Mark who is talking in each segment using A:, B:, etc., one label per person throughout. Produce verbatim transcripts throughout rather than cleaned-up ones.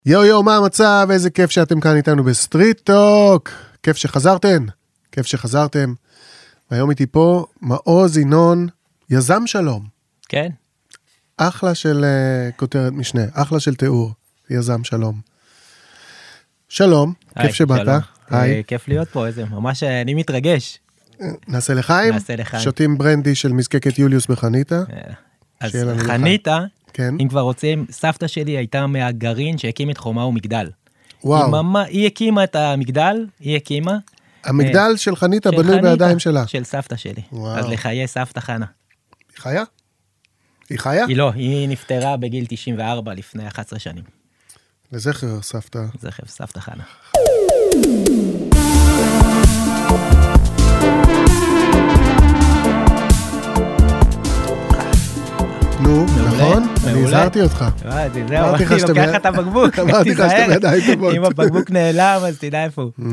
A: יו יו, מה המצב? איזה כיף שאתם כאן איתנו בסטריט טוק. כיף שחזרתם, כיף שחזרתם. והיום איתי פה מעוז ינון, יזם שלום.
B: כן.
A: אחלה של uh, כותרת משנה, אחלה של תיאור, יזם שלום. שלום,
B: היי,
A: כיף שבאת.
B: שלום.
A: היי.
B: אה, כיף להיות פה, איזה, ממש אני מתרגש.
A: נעשה לחיים?
B: נעשה לחיים.
A: שותים ברנדי של מזקקת יוליוס בחניתה.
B: אה, אז
A: שיהיה לנו לחיים.
B: חניתה,
A: כן.
B: אם כבר רוצים, סבתא שלי הייתה מהגרעין שהקים את חומה ומגדל.
A: וואו.
B: היא, ממש, היא הקימה את המגדל, היא הקימה.
A: המגדל של חניתה
B: של
A: בנוי
B: חניתה,
A: בידיים שלה.
B: של סבתא שלי.
A: וואו.
B: אז לחיי סבתא חנה.
A: היא חיה? היא חיה?
B: היא לא, היא נפטרה בגיל תשעים וארבע לפני אחת עשרה שנים.
A: לזכר סבתא.
B: זכר סבתא חנה.
A: נו, נכון? אני
B: מעולה.
A: הזהרתי אותך.
B: הבנתי, זהו,
A: אמרתי לך
B: אני
A: שאתה
B: לוקח
A: ב-
B: את הבקבוק.
A: אמרתי לך שאתה
B: תיזהר.
A: בידיים טובות.
B: אם הבקבוק נעלם, אז תדע איפה הוא.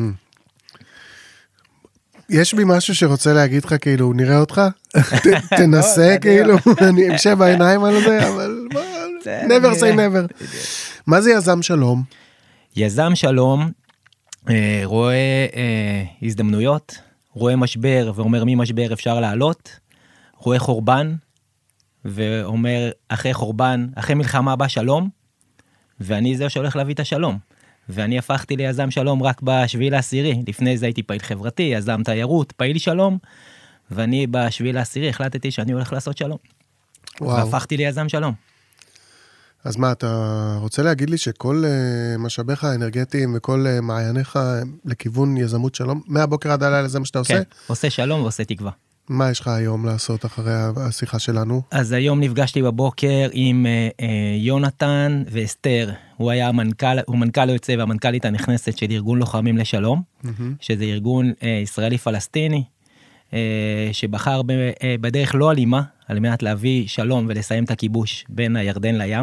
A: יש בי משהו שרוצה להגיד לך, כאילו, נראה אותך? ת- תנסה,
B: לא,
A: כאילו, אני אמשה בעיניים על זה, אבל בוא,
B: זה
A: never say
B: נראה.
A: never. מה זה יזם שלום?
B: יזם שלום אה, רואה אה, הזדמנויות, רואה משבר ואומר ממשבר אפשר לעלות, רואה חורבן ואומר אחרי חורבן, אחרי מלחמה בא שלום, ואני זה שהולך להביא את השלום. ואני הפכתי ליזם שלום רק בשביעי לעשירי, לפני זה הייתי פעיל חברתי, יזם תיירות, פעיל שלום, ואני בשביעי לעשירי החלטתי שאני הולך לעשות שלום.
A: וואו.
B: והפכתי ליזם שלום.
A: אז מה, אתה רוצה להגיד לי שכל uh, משאביך האנרגטיים וכל uh, מעייניך הם לכיוון יזמות שלום? מהבוקר עד הלילה זה מה שאתה עושה?
B: כן, עושה שלום ועושה תקווה.
A: מה יש לך היום לעשות אחרי השיחה שלנו?
B: אז היום נפגשתי בבוקר עם אה, אה, יונתן ואסתר, הוא היה המנכ"ל, הוא מנכ"ל היוצא והמנכ"לית הנכנסת של ארגון לוחמים לשלום, שזה ארגון אה, ישראלי פלסטיני, אה, שבחר ב, אה, בדרך לא אלימה, על מנת להביא שלום ולסיים את הכיבוש בין הירדן לים.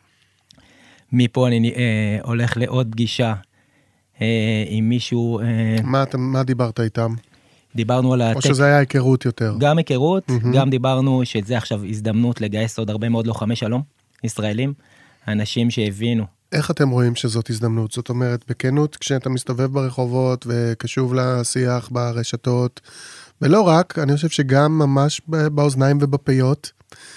B: מפה אני אה, הולך לעוד פגישה אה, עם מישהו, אה,
A: מה, אתה, מה דיברת איתם?
B: דיברנו על
A: או
B: הטק...
A: שזה היה היכרות יותר?
B: גם היכרות,
A: מהמם.
B: גם דיברנו שזה עכשיו הזדמנות לגייס עוד הרבה מאוד לוחמי שלום, ישראלים, אנשים שהבינו.
A: איך אתם רואים שזאת הזדמנות? זאת אומרת, בכנות, כשאתה מסתובב ברחובות וקשוב לשיח ברשתות, ולא רק, אני חושב שגם ממש באוזניים ובפיות,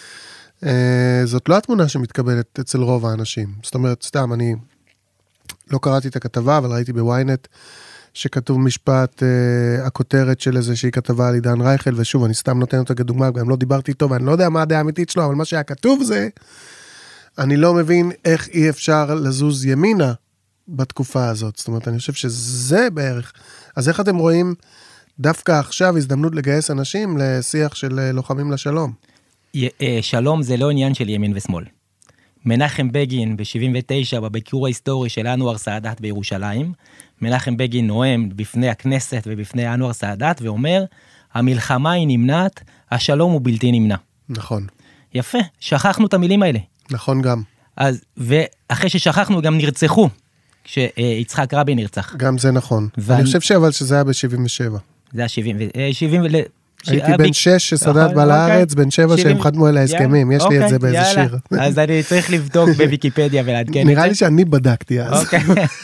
A: אה, זאת לא התמונה שמתקבלת אצל רוב האנשים. זאת אומרת, סתם, אני לא קראתי את הכתבה, אבל ראיתי בוויינט, שכתוב משפט, uh, הכותרת של איזושהי כתבה על עידן רייכל, ושוב, אני סתם נותן אותה כדוגמה, גם לא דיברתי איתו, ואני לא יודע מה הדעה האמיתית שלו, אבל מה שהיה כתוב זה, אני לא מבין איך אי אפשר לזוז ימינה בתקופה הזאת. זאת אומרת, אני חושב שזה בערך. אז איך אתם רואים דווקא עכשיו הזדמנות לגייס אנשים לשיח של uh, לוחמים לשלום?
B: י- אה, שלום זה לא עניין של ימין ושמאל. מנחם בגין ב-שבעים ותשע, בביקור ההיסטורי של אנואר סאדאת בירושלים, מנחם בגין נואם בפני הכנסת ובפני אנואר סאדאת, ואומר, המלחמה היא נמנעת, השלום הוא בלתי נמנע.
A: נכון.
B: יפה, שכחנו את המילים האלה.
A: נכון גם.
B: אז, ואחרי ששכחנו גם נרצחו, כשיצחק רבין נרצח.
A: גם זה נכון.
B: ואני-
A: אני חושב אבל שזה היה ב-שבעים ושבע.
B: זה היה שבעים, אה, שבעים ול...
A: הייתי בן שש שסדד בא לארץ, בן שבע שהם חתמו על ההסכמים, יש לי את זה באיזה שיר.
B: אז אני צריך לבדוק בוויקיפדיה ולעדכן את זה.
A: נראה לי שאני בדקתי אז.
B: אוקיי.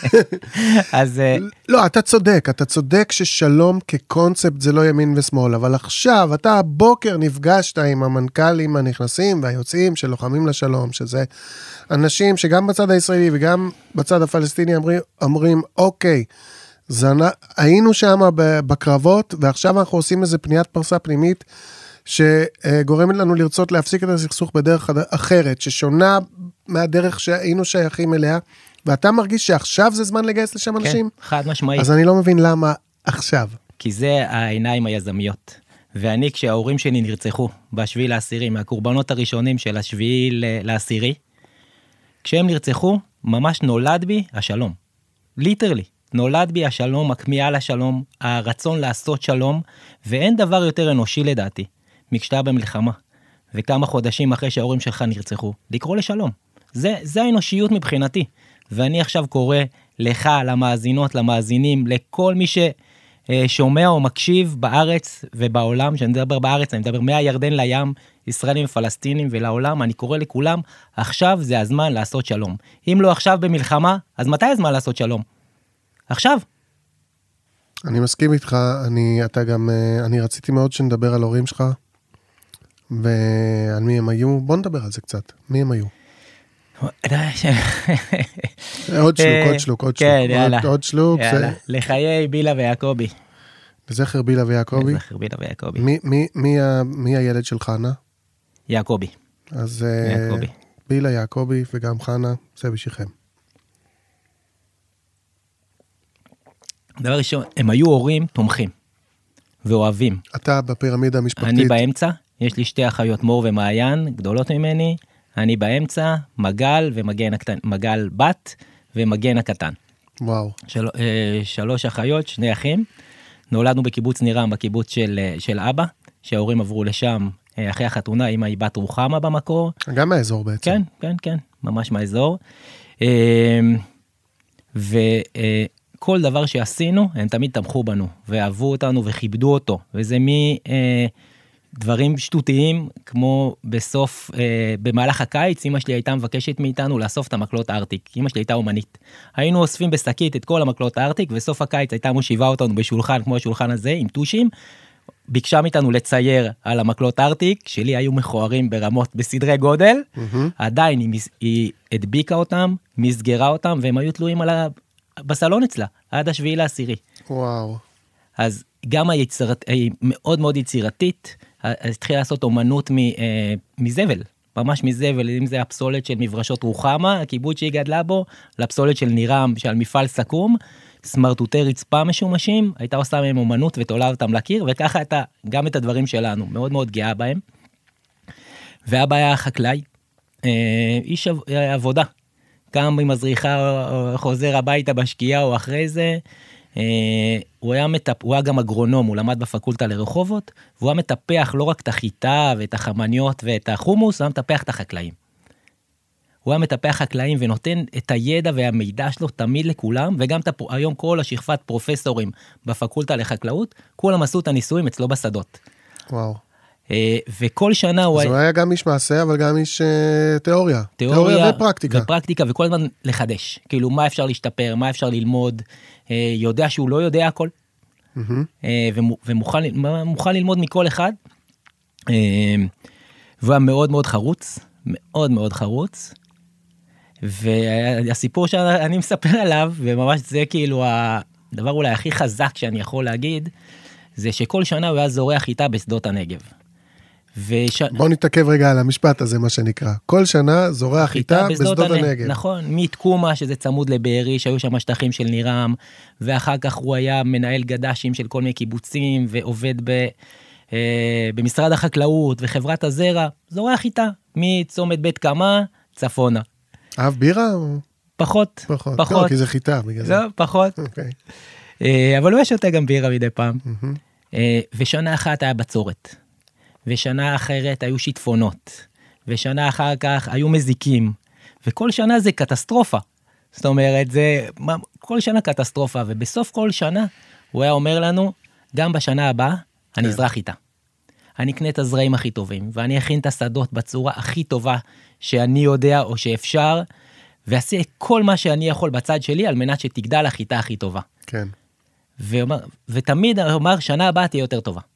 B: אז
A: לא, אתה צודק, אתה צודק ששלום כקונספט זה לא ימין ושמאל, אבל עכשיו, אתה הבוקר נפגשת עם המנכ"לים הנכנסים והיוצאים של לוחמים לשלום, שזה אנשים שגם בצד הישראלי וגם בצד הפלסטיני אומרים, אומרים אוקיי, זנה, היינו שם בקרבות, ועכשיו אנחנו עושים איזו פניית פרסה פנימית, שגורמת לנו לרצות להפסיק את הסכסוך בדרך אחרת, ששונה מהדרך שהיינו שייכים אליה, ואתה מרגיש שעכשיו זה זמן לגייס לשם אנשים?
B: כן, חד משמעית.
A: אז אני לא מבין למה עכשיו.
B: כי זה העיניים היזמיות. ואני, כשההורים שלי נרצחו בשביעי לעשירי, מהקורבנות הראשונים של השביעי לעשירי, כשהם נרצחו, ממש נולד בי השלום. ליטרלי. נולד בי השלום, הכמיהה לשלום, הרצון לעשות שלום, ואין דבר יותר אנושי לדעתי, מכשתה במלחמה, וכמה חודשים אחרי שההורים שלך נרצחו, לקרוא לשלום. זה, זה האנושיות מבחינתי, ואני עכשיו קורא לך, למאזינות, למאזינים, לכל מי שומע או מקשיב בארץ ובעולם, שאני מדבר בארץ, אני מדבר מהירדן לים, ישראלים ופלסטינים ולעולם, אני קורא לכולם, עכשיו זה הזמן לעשות שלום. אם לא עכשיו במלחמה, אז מתי הזמן לעשות שלום? עכשיו.
A: אני מסכים איתך, אני, אתה גם, אני רציתי מאוד שנדבר על הורים שלך, ועל מי הם היו, בוא נדבר על זה קצת, מי הם היו? עוד שלוק, עוד שלוק, עוד שלוק, עוד שלוק.
B: לחיי בילה ויעקבי.
A: לזכר בילה ויעקבי?
B: לזכר בילה ויעקבי.
A: מי הילד של חנה?
B: יעקבי.
A: אז בילה, יעקבי וגם חנה, זה בשבילכם.
B: דבר ראשון, הם היו הורים תומכים ואוהבים.
A: אתה בפירמידה המשפחתית.
B: אני באמצע, יש לי שתי אחיות מור ומעיין, גדולות ממני, אני באמצע, מגל ומגן הקטן, מגל בת ומגן הקטן.
A: וואו.
B: של, שלוש אחיות, שני אחים. נולדנו בקיבוץ נירם, בקיבוץ של, של אבא, שההורים עברו לשם אחרי החתונה, אמא היא בת רוחמה במקור.
A: גם מהאזור בעצם.
B: כן, כן, כן, ממש מהאזור. וכל דבר שעשינו, הם תמיד תמכו בנו, ואהבו אותנו וכיבדו אותו, וזה מי... דברים שטותיים, כמו בסוף, אה, במהלך הקיץ, אמא שלי הייתה מבקשת מאיתנו לאסוף את המקלות ארטיק. אמא שלי הייתה אומנית. היינו אוספים בשקית את כל המקלות ארטיק, וסוף הקיץ הייתה מושיבה אותנו בשולחן, כמו השולחן הזה, עם טושים, ביקשה מאיתנו לצייר על המקלות ארטיק, שלי היו מכוערים ברמות בסדרי גודל, mm-hmm. עדיין היא, היא הדביקה אותם, מסגרה אותם, והם היו תלויים על ה... בסלון אצלה, עד השביעי לעשירי.
A: וואו.
B: אז גם היצירת, היא מאוד מאוד יצירתית, התחילה לעשות אומנות מזבל, ממש מזבל, אם זה הפסולת של מברשות רוחמה, הקיבוץ שהיא גדלה בו, לפסולת של נירם, של מפעל סכו"ם, סמרטוטי רצפה משומשים, הייתה עושה מהם אומנות ותולה אותם לקיר, וככה הייתה גם את הדברים שלנו, מאוד מאוד גאה בהם. ואבא היה חקלאי, איש עבודה, גם עם הזריחה חוזר הביתה בשקיעה או אחרי זה, הוא היה, מטפ... הוא היה גם אגרונום, הוא למד בפקולטה לרחובות, והוא היה מטפח לא רק את החיטה ואת החמניות ואת החומוס, הוא היה מטפח את החקלאים. הוא היה מטפח חקלאים ונותן את הידע והמידע שלו תמיד לכולם, וגם את... היום כל השכבת פרופסורים בפקולטה לחקלאות, כולם עשו את הניסויים אצלו בשדות.
A: וואו.
B: וכל שנה הוא...
A: אז הוא היה גם איש מעשה, אבל גם איש תיאוריה. תיאוריה ופרקטיקה.
B: ופרקטיקה, וכל הזמן לחדש. כאילו, מה אפשר להשתפר, מה אפשר ללמוד, יודע שהוא לא יודע הכל, ומוכן ללמוד מכל אחד. והוא היה מאוד מאוד חרוץ, מאוד מאוד חרוץ. והסיפור שאני מספר עליו, וממש זה כאילו הדבר אולי הכי חזק שאני יכול להגיד, זה שכל שנה הוא היה זורח איתה בשדות הנגב. וש...
A: בוא נתעכב רגע על המשפט הזה, מה שנקרא. כל שנה זורח איתה בשדות הנגב.
B: נכון, מתקומה, שזה צמוד לבארי, שהיו שם שטחים של נירם, ואחר כך הוא היה מנהל גדשים של כל מיני קיבוצים, ועובד ב, אה, במשרד החקלאות, וחברת הזרע, זורח איתה, מצומת בית קמה, צפונה.
A: אהב בירה?
B: פחות,
A: פחות.
B: פחות.
A: לא, כי זה חיטה, בגלל זה.
B: לא, פחות.
A: אוקיי.
B: אה, אבל הוא היה שותה גם בירה מדי פעם. אה, ושנה אחת היה בצורת. ושנה אחרת היו שיטפונות, ושנה אחר כך היו מזיקים, וכל שנה זה קטסטרופה. זאת אומרת, זה כל שנה קטסטרופה, ובסוף כל שנה הוא היה אומר לנו, גם בשנה הבאה אני אזרח איתה. אני אקנה את הזרעים הכי טובים, ואני אכין את השדות בצורה הכי טובה שאני יודע או שאפשר, ועשה כל מה שאני יכול בצד שלי, על מנת שתגדל החיטה הכי טובה.
A: כן.
B: ואומר, ותמיד הוא אמר, שנה הבאה תהיה יותר טובה.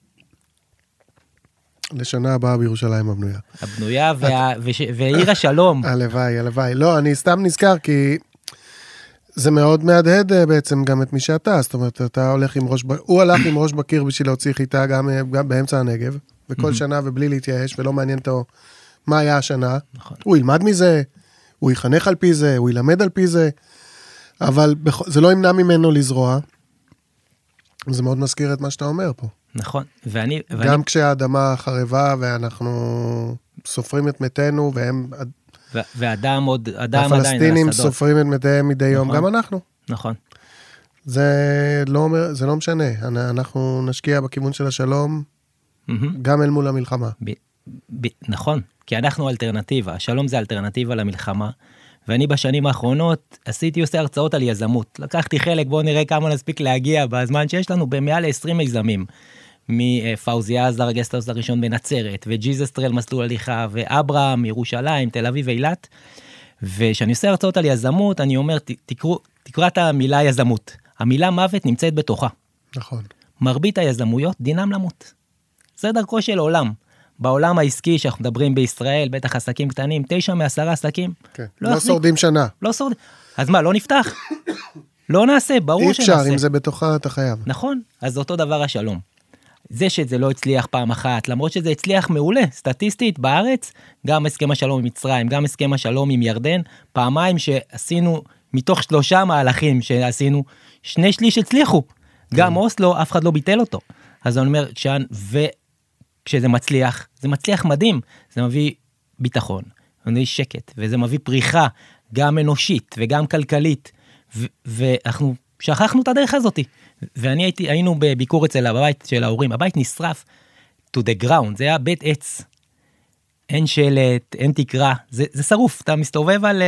A: לשנה הבאה בירושלים הבנויה.
B: הבנויה ועיר השלום.
A: הלוואי, הלוואי. לא, אני סתם נזכר כי זה מאוד מהדהד בעצם גם את מי שאתה, זאת אומרת, אתה הולך עם ראש, הוא הלך עם ראש בקיר בשביל להוציא חיטה גם, גם באמצע הנגב, וכל שנה ובלי להתייאש, ולא מעניין אותו מה היה השנה. הוא ילמד מזה, הוא יחנך על פי זה, הוא ילמד על פי זה, אבל זה לא ימנע ממנו לזרוע. זה מאוד מזכיר את מה שאתה אומר פה.
B: נכון, ואני...
A: גם
B: ואני...
A: כשהאדמה חרבה ואנחנו סופרים את מתינו, והם...
B: ו- ואדם עוד, אדם עדיין על השדות.
A: הפלסטינים סופרים את מתיהם מדי יום,
B: נכון.
A: גם אנחנו.
B: נכון.
A: זה לא, זה לא משנה, אנחנו נשקיע בכיוון של השלום, mm-hmm. גם אל מול המלחמה.
B: ב- ב- נכון, כי אנחנו אלטרנטיבה, השלום זה אלטרנטיבה למלחמה, ואני בשנים האחרונות עשיתי עושה הרצאות על יזמות. לקחתי חלק, בואו נראה כמה נספיק להגיע בזמן שיש לנו, במעל ל-עשרים מיזמים. מפאוזי עזר, הגסטהאוס הראשון בנצרת, וג'יזוס טרייל מסלול הליכה, ואברהם, ירושלים, תל אביב ואילת. וכשאני עושה הרצאות על יזמות, אני אומר, תקראו, תקרא את המילה יזמות. המילה מוות נמצאת בתוכה.
A: נכון.
B: מרבית היזמויות דינם למות. זה דרכו של עולם. בעולם העסקי שאנחנו מדברים בישראל, בטח עסקים קטנים, תשע מעשרה עסקים.
A: כן. לא, לא שורדים שנה.
B: לא שורדים. אז מה, לא נפתח? לא נעשה, ברור שנעשה.
A: אי אפשר, אם זה בתוכה אתה חייב.
B: נכון, אז זה אותו דבר השלום. זה שזה לא הצליח פעם אחת, למרות שזה הצליח מעולה, סטטיסטית בארץ, גם הסכם השלום עם מצרים, גם הסכם השלום עם ירדן, פעמיים שעשינו, מתוך שלושה מהלכים שעשינו, שני שליש הצליחו. גם אוסלו, אף אחד לא ביטל אותו. אז אני אומר, כשאן, וכשזה מצליח, זה מצליח מדהים, זה מביא ביטחון, זה מביא שקט, וזה מביא פריחה, גם אנושית וגם כלכלית, ו- ואנחנו שכחנו את הדרך הזאת. ואני הייתי, היינו בביקור אצל הבית של ההורים, הבית נשרף to the ground, זה היה בית עץ, אין שלט, אין תקרה, זה, זה שרוף, אתה מסתובב על,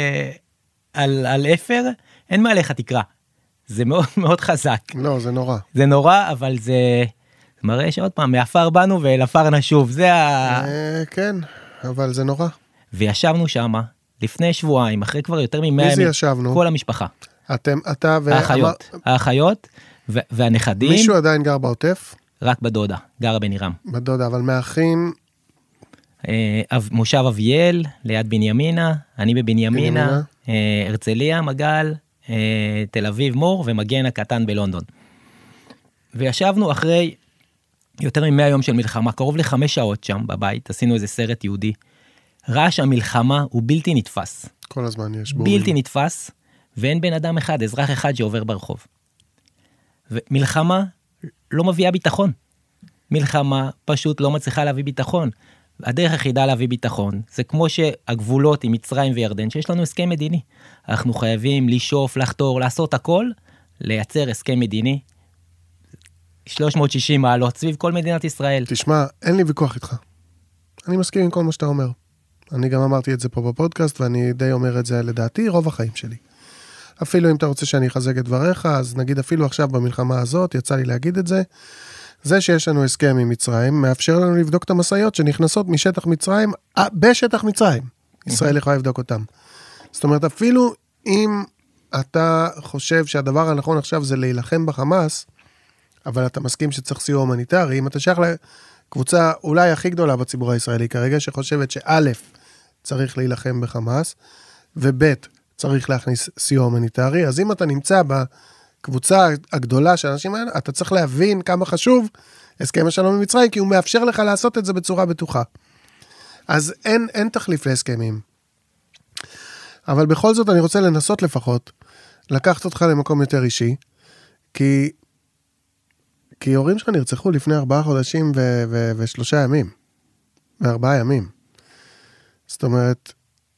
B: על, על אפר, אין מעליך תקרה, זה מאוד מאוד חזק.
A: לא, זה נורא.
B: זה נורא, אבל זה מראה שעוד פעם, מאפר באנו ואל אפר נשוב, זה ה...
A: כן, אבל זה נורא.
B: וישבנו שמה, לפני שבועיים, אחרי כבר יותר ממאה ימים,
A: ישבנו?
B: כל המשפחה.
A: אתם, אתה ו...
B: האחיות, האחיות ו- והנכדים.
A: מישהו עדיין גר בעוטף?
B: רק בדודה, גרה בנירם.
A: בדודה, אבל מאחים...
B: אה, מושב אביאל, ליד בנימינה, אני בבנימינה, אה, הרצליה, מגל, אה, תל אביב מור, ומגן הקטן בלונדון. וישבנו אחרי יותר ממאה יום של מלחמה, קרוב לחמש שעות שם בבית, עשינו איזה סרט יהודי. רעש המלחמה הוא בלתי נתפס.
A: כל הזמן יש בו.
B: בלתי נתפס, ואין בן אדם אחד, אזרח אחד שעובר ברחוב. ומלחמה לא מביאה ביטחון. מלחמה פשוט לא מצליחה להביא ביטחון. הדרך היחידה להביא ביטחון, זה כמו שהגבולות עם מצרים וירדן, שיש לנו הסכם מדיני. אנחנו חייבים לשאוף, לחתור, לעשות הכל, לייצר הסכם מדיני, שלוש מאות ושישים מעלות, סביב כל מדינת ישראל.
A: תשמע, אין לי ויכוח איתך. אני מסכים עם כל מה שאתה אומר. אני גם אמרתי את זה פה בפודקאסט, ואני די אומר את זה לדעתי, רוב החיים שלי. אפילו אם אתה רוצה שאני אחזק את דבריך, אז נגיד אפילו עכשיו במלחמה הזאת, יצא לי להגיד את זה, זה שיש לנו הסכם עם מצרים, מאפשר לנו לבדוק את המסעיות שנכנסות משטח מצרים, בשטח מצרים. ישראל יכולה לבדוק אותם. זאת אומרת, אפילו אם אתה חושב שהדבר הנכון עכשיו זה להילחם בחמאס, אבל אתה מסכים שצריך סיוע הומניטרי, אם אתה שייך לקבוצה אולי הכי גדולה בציבור הישראלי כרגע, שחושבת שא' צריך להילחם בחמאס, וב' צריך להכניס סיוע הומניטרי, אז אם אתה נמצא בקבוצה הגדולה של האנשים האלה, אתה צריך להבין כמה חשוב הסכם השלום עם מצרים, כי הוא מאפשר לך לעשות את זה בצורה בטוחה. אז אין, אין תחליף להסכמים. אבל בכל זאת אני רוצה לנסות לפחות, לקחת אותך למקום יותר אישי, כי, כי הורים שלך נרצחו לפני ארבעה חודשים ו- ו- ושלושה ימים, וארבעה ימים. זאת אומרת,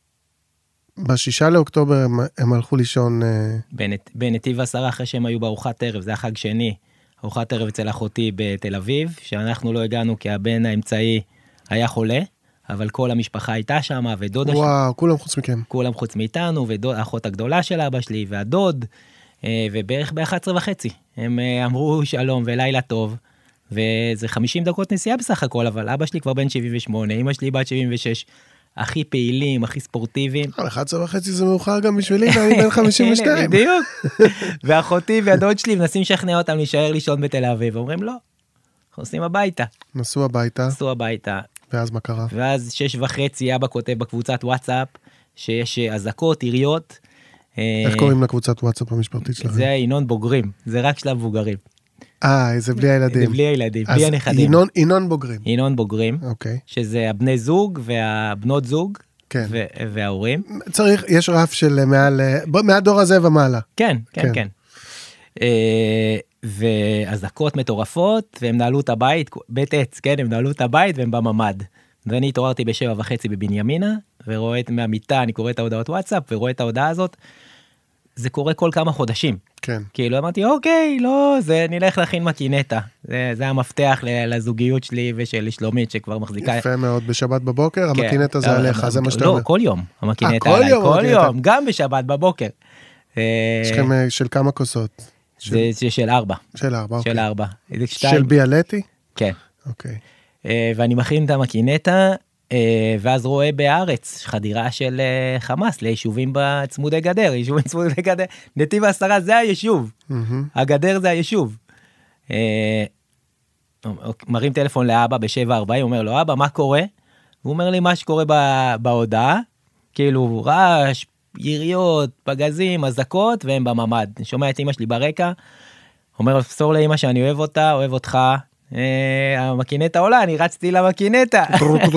A: בשישה לאוקטובר הם, הם הלכו לישון...
B: בנת, בנתיב עשרה אחרי שהם היו בארוחת ערב, זה החג שני, ארוחת ערב אצל אחותי בתל אביב, שאנחנו לא הגענו כי הבן האמצעי היה חולה, אבל כל המשפחה הייתה שם, ודודה...
A: וואו, ש... כולם חוץ מכם.
B: כולם חוץ מאיתנו, והאחות הגדולה של אבא שלי, והדוד, ובערך ב-אחת עשרה וחצי. הם אמרו שלום ולילה טוב, וזה חמישים דקות נסיעה בסך הכל, אבל אבא שלי כבר בן שבעים ושמונה, אמא שלי בת שבעים ושש, הכי פעילים, הכי ספורטיביים.
A: אחת עשרה וחצי זה מאוחר גם בשבילי, ואני בן חמישים ושתיים.
B: בדיוק. ואחותי והדוד שלי מנסים לשכנע אותם להישאר לישון בתל אביב, ואומרים לא, אנחנו נוסעים הביתה.
A: נסעו הביתה.
B: נסעו הביתה.
A: ואז מה קרה?
B: ואז שש וחצי אבא כותב בקבוצת וואטסאפ, שיש אזעקות, עיריות.
A: איך קוראים לקבוצת וואטסאפ המשפחתית שלכם?
B: זה ינון בוגרים, זה רק שלב מבוגרים.
A: אה, זה בלי הילדים.
B: זה בלי הילדים, בלי הנכדים.
A: אז ינון בוגרים.
B: ינון בוגרים,
A: אוקיי.
B: שזה הבני זוג והבנות זוג,
A: כן.
B: וההורים. צריך,
A: יש רף של מעל, מהדור הזה ומעלה.
B: כן, כן, כן. ואזעקות מטורפות, והם נעלו את הבית, בית עץ, כן, הם נעלו את הבית והם בממד. ואני התעוררתי בשבע וחצי בבנימינה, ורואה את מהמיטה, אני קורא את ההודעות וואטסאפ, ורואה את ההודעה הזאת, זה קורה כל כמה חודשים.
A: כן.
B: כאילו אמרתי, אוקיי, לא, זה נלך להכין מקינטה. זה, זה המפתח לזוגיות שלי ושל שלומית שכבר מחזיקה.
A: יפה מאוד, בשבת בבוקר,
B: כן.
A: המקינטה זה עליך, זה מה שאתה אומר.
B: לא, כל יום, המקינטה
A: כל
B: עליי,
A: יום
B: כל
A: המקינטה.
B: יום, גם בשבת בבוקר.
A: יש לכם אה, של כמה כוסות?
B: זה זה של ארבע.
A: של ארבע,
B: של
A: אוקיי.
B: ארבע. זה
A: של
B: שתיים.
A: ביאלטי?
B: כן.
A: אוקיי.
B: אה, ואני מכין את המקינטה, אה, ואז רואה בארץ חדירה של אה, חמאס ליישובים בצמודי גדר, יישובים צמודי גדר. נתיב העשרה זה היישוב.
A: מהמם.
B: הגדר זה היישוב. אה, מרים טלפון לאבא בשבע ארבעים, אומר לו, אבא, מה קורה? הוא אומר לי, מה שקורה ב- בהודעה, כאילו רעש, יריות, פגזים, אזעקות, והם בממד. אני שומע את אמא שלי ברקע, אומר לו, פסור לאמא שאני אוהב אותה, אוהב אותך. אה, המקינטה עולה, אני רצתי למקינטה.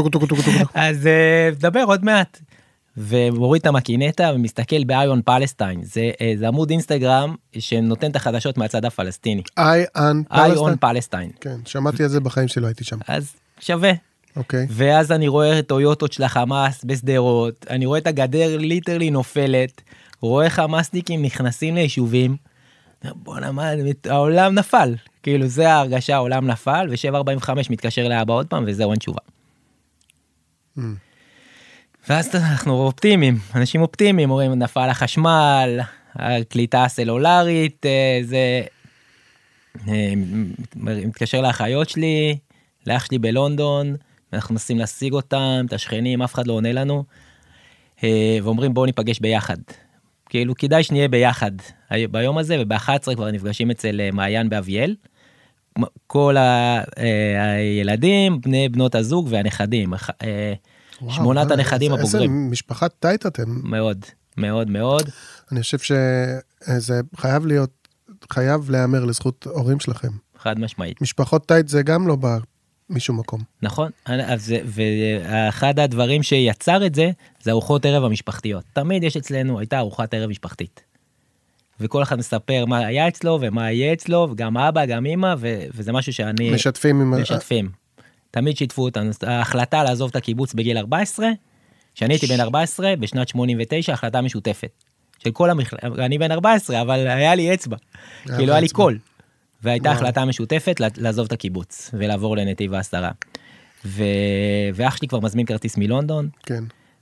B: אז אה, דבר עוד מעט. ומוריד את המקינטה ומסתכל באיון פלסטיין. זה, אה, זה עמוד אינסטגרם שנותן את החדשות מהצד הפלסטיני.
A: איון
B: איון
A: פלסטיין?
B: פלסטיין.
A: כן, שמעתי את זה בחיים שלא הייתי שם.
B: אז שווה.
A: אוקיי.
B: ואז אני רואה טויוטות של החמאס בשדרות, אני רואה את הגדר ליטרלי נופלת, רואה חמאסניקים נכנסים ליישובים, בוא נאמר, העולם נפל, כאילו זה ההרגשה, העולם נפל, ו-שבע ארבעים וחמש מתקשר לאבא עוד פעם, וזהו, אין תשובה.
A: Mm.
B: ואז אנחנו אופטימיים, אנשים אופטימיים, אומרים, נפל החשמל, הקליטה הסלולרית, אה, זה, אה, מתקשר לאחיות שלי, לאח שלי בלונדון, אנחנו מנסים להשיג אותם, את השכנים, אף אחד לא עונה לנו, אה, ואומרים בואו ניפגש ביחד. כאילו כדאי שנהיה ביחד ביום הזה, וב-אחת עשרה כבר נפגשים אצל אה, מעיין באביאל, כל ה, אה, הילדים, בני בנות הזוג והנכדים, אה,
A: וואו,
B: שמונת
A: מה,
B: הנכדים
A: איזה-
B: הבוגרים.
A: איזה משפחת טייט אתם.
B: מאוד, מאוד, מאוד.
A: אני חושב שזה חייב להיות, חייב להיאמר לזכות הורים שלכם.
B: חד משמעית.
A: משפחות טייט זה גם לא בא משום מקום.
B: נכון, אז זה- ואחד הדברים שיצר את זה, זה ארוחות ערב המשפחתיות. תמיד יש אצלנו, הייתה ארוחת ערב משפחתית. וכל אחד מספר מה היה אצלו ומה יהיה אצלו, וגם אבא, גם אמא, ו- וזה משהו שאני...
A: משתפים עם...
B: משתפים. תמיד שיתפו אותנו. ההחלטה לעזוב את הקיבוץ בגיל ארבע עשרה, כשאני הייתי בן ארבע עשרה, בשנת שמונים ותשע, החלטה משותפת. של כל המחל... אני בן ארבע עשרה, אבל היה לי אצבע. כאילו היה לי
A: אצבע.
B: קול. והייתה
A: וואו.
B: החלטה משותפת לעזוב את הקיבוץ, ולעבור לנתיב העשרה. ו... ואח שלי כבר מזמין כרטיס מלונדון,
A: כן.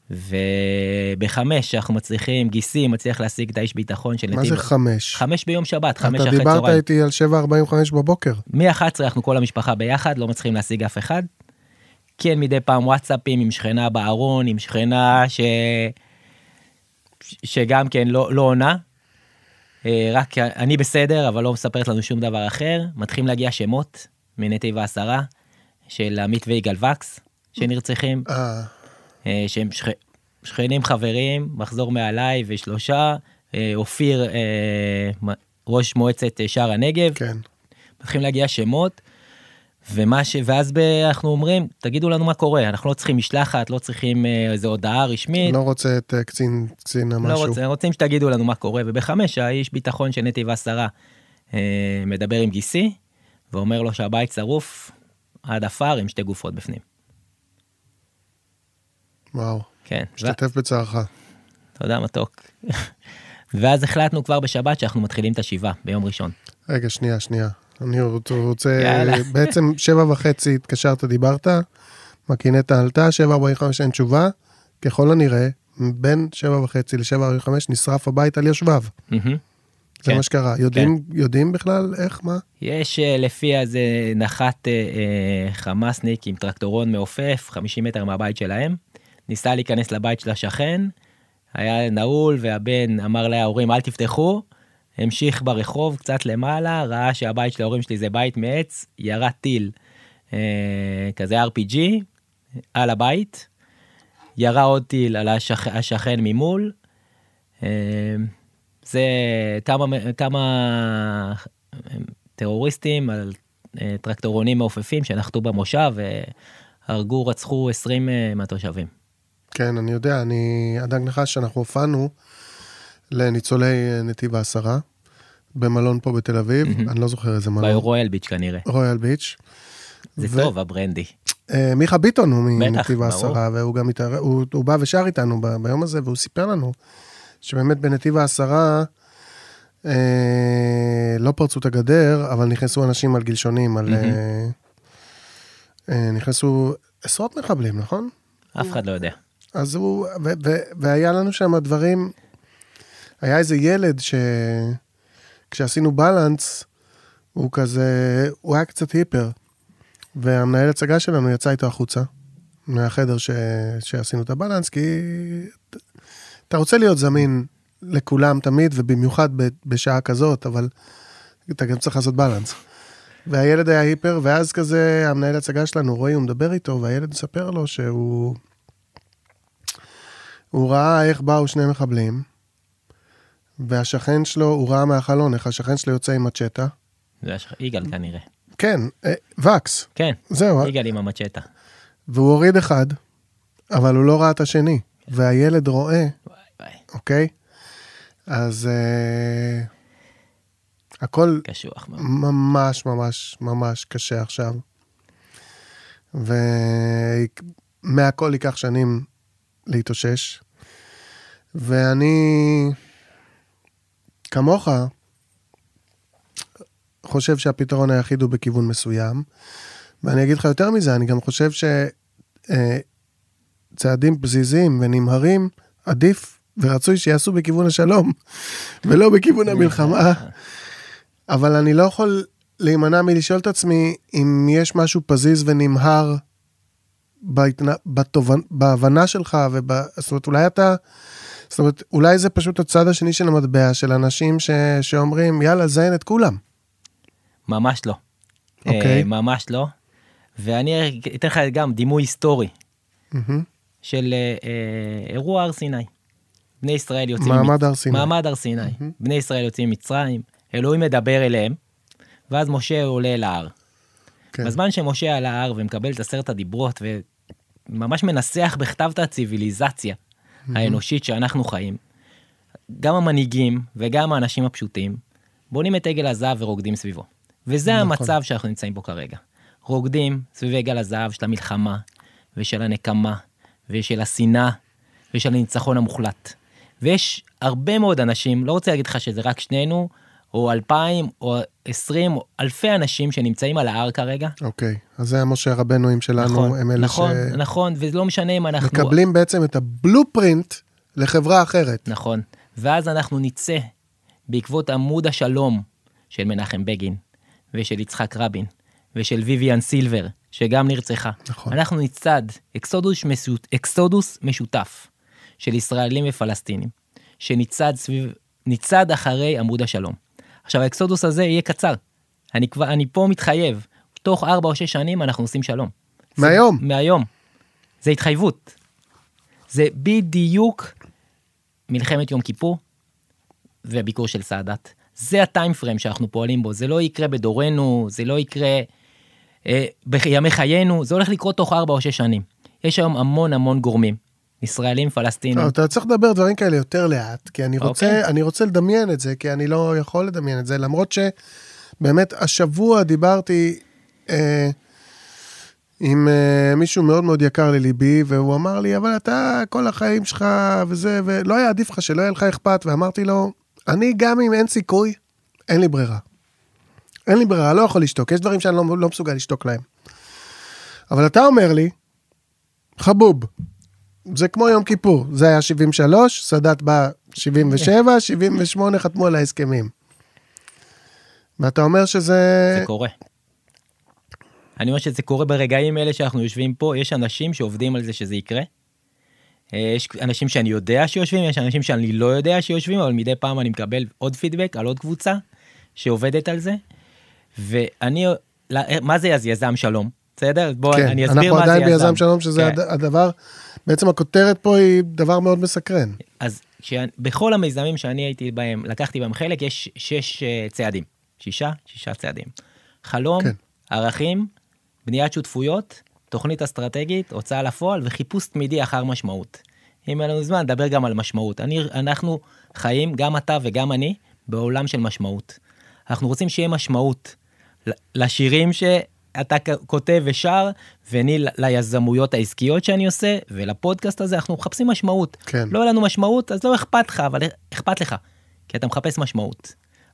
B: ובחמש אנחנו מצליחים, גיסי מצליח להשיג את האיש ביטחון של
A: מה
B: נתיב...
A: זה חמש?
B: חמש ביום שבת, חמש
A: אתה
B: אחרי
A: דיברת
B: צהריים.
A: איתי על שבע ארבעים וחמש בבוקר.
B: מ-אחת עשרה אנחנו כל המשפחה ביחד, לא מצליחים להשיג אף אחד. כן, מדי פעם וואטסאפים עם שכנה בארון, עם שכנה ש... שגם כן לא, לא עונה. אה, רק אני בסדר, אבל לא מספרת לנו שום דבר אחר. מתחילים להגיע שמות מנתיב העשרה, של עמית ויגאל וקס, שנרצחים,
A: אה,
B: אה, שהם שכ... שכנים חברים, מחזור מעליי ושלושה, אה, אופיר, אה, ראש מועצת שער הנגב.
A: כן.
B: מתחילים להגיע שמות, ומה ש... ואז ב... אנחנו אומרים, תגידו לנו מה קורה, אנחנו לא צריכים משלחת, לא צריכים אה, איזו הודעה רשמית,
A: לא רוצה את אה, קצין, קצין
B: לא
A: המשהו.
B: רוצים, רוצים שתגידו לנו מה קורה, ובחמש האיש ביטחון של נתיב העשרה אה, מדבר עם גיסי, ואומר לו שהבית שרוף עד אפר עם שתי גופות בפנים.
A: וואו.
B: כן.
A: משתתף בצערך.
B: תודה מתוק. ואז החלטנו כבר בשבת שאנחנו מתחילים את השבעה ביום ראשון.
A: רגע, שנייה, שנייה. אני רוצה,
B: יאללה.
A: בעצם שבע וחצי התקשרת, דיברת, מקינטה עלתה, שבע ארבעים וחמש אין תשובה, ככל הנראה, בין שבע וחצי לשבע ארבעים וחמש נשרף הבית על יושביו.
B: מהמם.
A: זה
B: כן.
A: מה שקרה. יודעים, יודעים בכלל איך, מה?
B: יש אה, לפי הזה נחת אה, אה, חמאסניק עם טרקטורון מעופף, חמישים מטר מהבית שלהם, ניסה להיכנס לבית של השכן, היה נעול והבן אמר להורים אל תפתחו, המשיך ברחוב קצת למעלה, ראה שהבית של ההורים שלי זה בית מעץ, ירה טיל אה, כזה אר פי ג'י על הבית, ירה עוד טיל על השכ... השכן ממול, אה, זה כמה, כמה טרוריסטים על אה, טרקטורונים מעופפים שנחתו במושב והרגו, רצחו עשרים אה, מהתושבים.
A: כן, אני יודע, אני אדאג לך שאנחנו הופענו לניצולי נתיב העשרה, במלון פה בתל אביב, אני לא זוכר איזה מלון.
B: ברויאל ביץ' כנראה.
A: רויאל ביץ'.
B: זה
A: ו-
B: טוב, הברנדי.
A: אה, מיכה ביטון הוא
B: בטח,
A: מנתיב
B: ברור.
A: העשרה, והוא גם התער... הוא, הוא בא ושר איתנו ב- ביום הזה, והוא סיפר לנו שבאמת בנתיב העשרה, אה, לא פרצו את הגדר, אבל נכנסו אנשים על גלשונים, על... אה, אה, נכנסו עשרות מחבלים, נכון?
B: אף אחד לא יודע.
A: אז הוא, ו- ו- והיה לנו שם דברים, היה איזה ילד ש... כשעשינו בלנס, הוא כזה, הוא היה קצת היפר, והמנהל הצגה שלנו יצא איתו החוצה, מהחדר ש... שעשינו את הבלנס, כי אתה רוצה להיות זמין לכולם תמיד, ובמיוחד ב... בשעה כזאת, אבל אתה גם צריך לעשות בלנס. והילד היה היפר, ואז כזה, המנהל הצגה שלנו, רואי, הוא מדבר איתו, והילד מספר לו שהוא... הוא ראה איך באו שני מחבלים, והשכן שלו, הוא ראה מהחלון, איך השכן שלו יוצא עם מצ'טה.
B: זה היה יגאל כנראה.
A: כן, אה, וקס.
B: כן,
A: זהו.
B: יגאל עם המצ'טה.
A: והוא הוריד אחד, אבל הוא לא ראה את השני. והילד רואה,
B: וואי, וואי.
A: אוקיי? אז אה, הכל
B: קשוח מאוד.
A: ממש ממש ממש קשה עכשיו. ומהכל ייקח שנים להתאושש. ואני, כמוך, חושב שהפתרון היחיד הוא בכיוון מסוים. ואני אגיד לך יותר מזה, אני גם חושב שצעדים פזיזים ונמהרים עדיף ורצוי שיעשו בכיוון השלום, ולא בכיוון המלחמה. אבל אני לא יכול להימנע מלשאול את עצמי אם יש משהו פזיז ונמהר בהתנ... בתובנ... בהבנה שלך, ובא... זאת אומרת, אולי אתה, זאת אומרת, אולי זה פשוט הצד השני של המטבע, של אנשים ש... שאומרים, יאללה, זיין את כולם.
B: ממש לא.
A: אוקיי.
B: אה, ממש לא. ואני אתן לך גם דימוי היסטורי,
A: Mm-hmm.
B: של אה, אה, אירוע הר סיני. בני ישראל יוצאים...
A: מעמד
B: מצ...
A: הר סיני.
B: מעמד הר סיני. Mm-hmm. בני ישראל יוצאים ממצרים, אלוהים מדבר אליהם, ואז משה עולה אל ההר.
A: כן.
B: בזמן שמשה על ההר ומקבל את עשרת הדיברות, וממש מנסח בכתב את הציביליזציה mm-hmm. האנושית שאנחנו חיים, גם המנהיגים וגם האנשים הפשוטים, בונים את עגל הזהב ורוקדים סביבו. וזה נכון. המצב שאנחנו נמצאים בו כרגע. רוקדים סביב עגל הזהב של המלחמה, ושל הנקמה, ושל השנאה, ושל הניצחון המוחלט. ויש הרבה מאוד אנשים, לא רוצה להגיד לך שזה רק שנינו, או אלפיים, או עשרים, או אלפי אנשים שנמצאים על ההר כרגע.
A: אוקיי, אז זה המשה רבנוים שלנו,
B: נכון,
A: הם אלה
B: נכון,
A: ש...
B: נכון, וזה לא משנה אם אנחנו...
A: מקבלים בעצם את הבלופרינט לחברה אחרת.
B: נכון, ואז אנחנו נצא בעקבות עמוד השלום של מנחם בגין, ושל יצחק רבין, ושל ויויאן סילבר, שגם נרצחה.
A: נכון.
B: אנחנו נצד אקסודוס, משות, אקסודוס משותף של ישראלים ופלסטינים, שנצד סביב, נצד אחרי עמוד השלום. עכשיו, האקסודוס הזה יהיה קצר. אני כבר, אני פה מתחייב, תוך ארבע או שש שנים אנחנו עושים שלום.
A: מהיום.
B: זה, מהיום. זה התחייבות. זה בדיוק מלחמת יום כיפור וביקור של סאדאת. זה הטיים פריים שאנחנו פועלים בו. זה לא יקרה בדורנו, זה לא יקרה אה, בימי חיינו, זה הולך לקרות תוך ארבע או שש שנים. יש היום המון המון גורמים, ישראלים, פלסטינים.
A: לא, אתה צריך לדבר דברים כאלה יותר לאט, כי אני רוצה,
B: אוקיי.
A: אני רוצה לדמיין את זה, כי אני לא יכול לדמיין את זה, למרות שבאמת השבוע דיברתי אה, עם אה, מישהו מאוד מאוד יקר לליבי, והוא אמר לי, אבל אתה כל החיים שלך וזה, ולא היה עדיף לך שלא יהיה לך אכפת, ואמרתי לו, אני גם אם אין סיכוי, אין לי ברירה. אין לי ברירה, לא יכול לשתוק, יש דברים שאני לא, לא מסוגל לשתוק להם. אבל אתה אומר לי, חבוב, זה כמו יום כיפור, זה היה שבעים ושלוש, סאדאת בא שבעים ושבע, שבעים ושמונה חתמו על ההסכמים. ואתה אומר שזה...
B: זה קורה. אני אומר שזה קורה ברגעים האלה שאנחנו יושבים פה, יש אנשים שעובדים על זה שזה יקרה. יש אנשים שאני יודע שיושבים, יש אנשים שאני לא יודע שיושבים, אבל מדי פעם אני מקבל עוד פידבק על עוד קבוצה שעובדת על זה. ואני, מה זה יזם שלום? בסדר? בוא,
A: כן,
B: אני אסביר מה זה יזם.
A: אנחנו עדיין ביזם שלום, שזה כן. הדבר, בעצם הכותרת פה היא דבר מאוד מסקרן.
B: אז בכל המיזמים שאני הייתי בהם, לקחתי בהם חלק, יש שש צעדים. שישה, שישה צעדים. חלום, כן. ערכים, בניית שותפויות, תוכנית אסטרטגית, הוצאה לפועל, וחיפוש תמידי אחר משמעות. אם אין לנו זמן, נדבר גם על משמעות. אני, אנחנו חיים, גם אתה וגם אני, בעולם של משמעות. אנחנו רוצים שיהיה משמעות לשירים שאתה כותב ושר, ואני ליזמויות העסקיות שאני עושה, ולפודקאסט הזה אנחנו מחפשים משמעות.
A: כן.
B: לא יהיה לנו משמעות, אז לא אכפת לך, אבל אכפת לך, כי אתה מחפש משמעות.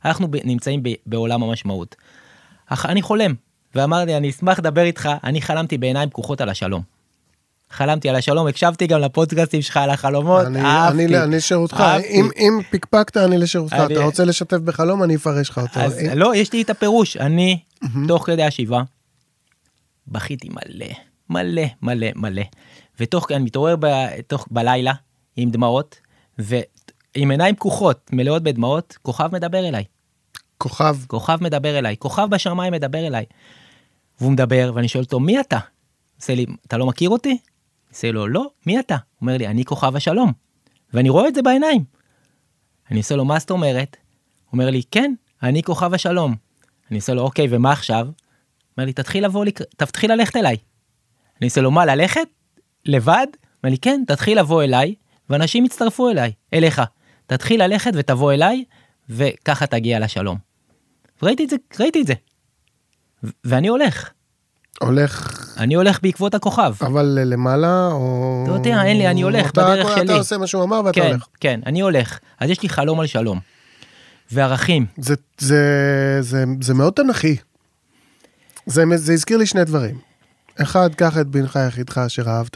B: אנחנו ב, נמצאים ב, בעולם המשמעות. אך אני חולם, ואמרתי, אני אשמח לדבר איתך, אני חלמתי בעיניים פקוחות על השלום. חלמתי על השלום, הקשבתי גם לפודקאסטים שלך על החלומות,
A: אני,
B: אהבתי.
A: אני, אני לשירותך, אם, אם פיקפקת אני לשירותך, אני... אתה רוצה לשתף בחלום, אני אפרש לך אותו.
B: אז
A: אם...
B: לא, יש לי את הפירוש, אני, תוך כדי השבעה, בכיתי מלא, מלא, מלא, מלא, ותוך כדי, אני מתעורר ב, תוך, בלילה, עם דמעות, ועם עיניים פקוחות, מלאות בדמעות, כוכב מדבר אליי.
A: כוכב?
B: כוכב מדבר אליי, כוכב בשמיים מדבר אליי. והוא מדבר, ואני שואל אותו, מי אתה? עושה לי, אתה לא מכיר אותי? עושה לו, לא, מי אתה? הוא אומר לי, אני כוכב השלום. ואני רואה את זה בעיניים. אני עושה לו, מה זאת אומרת? הוא אומר לי, כן, אני כוכב השלום. אני עושה לו, אוקיי, ומה עכשיו? הוא אומר לי, תתחיל לבוא, תתחיל ללכת אליי. אני עושה לו, מה, ללכת? לבד? הוא אומר לי, כן, תתחיל לבוא אליי, ואנשים יצטרפו אליי, אליך. תתחיל ללכת ותבוא אליי, וככה תגיע לשלום. ראיתי את זה, ראיתי את זה. ו- ואני הולך.
A: הולך...
B: אני הולך בעקבות הכוכב.
A: אבל למעלה, או...
B: אתה יודע, אין לי, אני הולך
A: אתה,
B: בדרך
A: אתה
B: שלי.
A: אתה עושה מה שהוא אמר ואתה
B: כן,
A: הולך.
B: כן, אני הולך. אז יש לי חלום על שלום. וערכים.
A: זה, זה, זה, זה מאוד תנכי. זה, זה הזכיר לי שני דברים. אחד, קח את בנך יחידך אשר אהבת.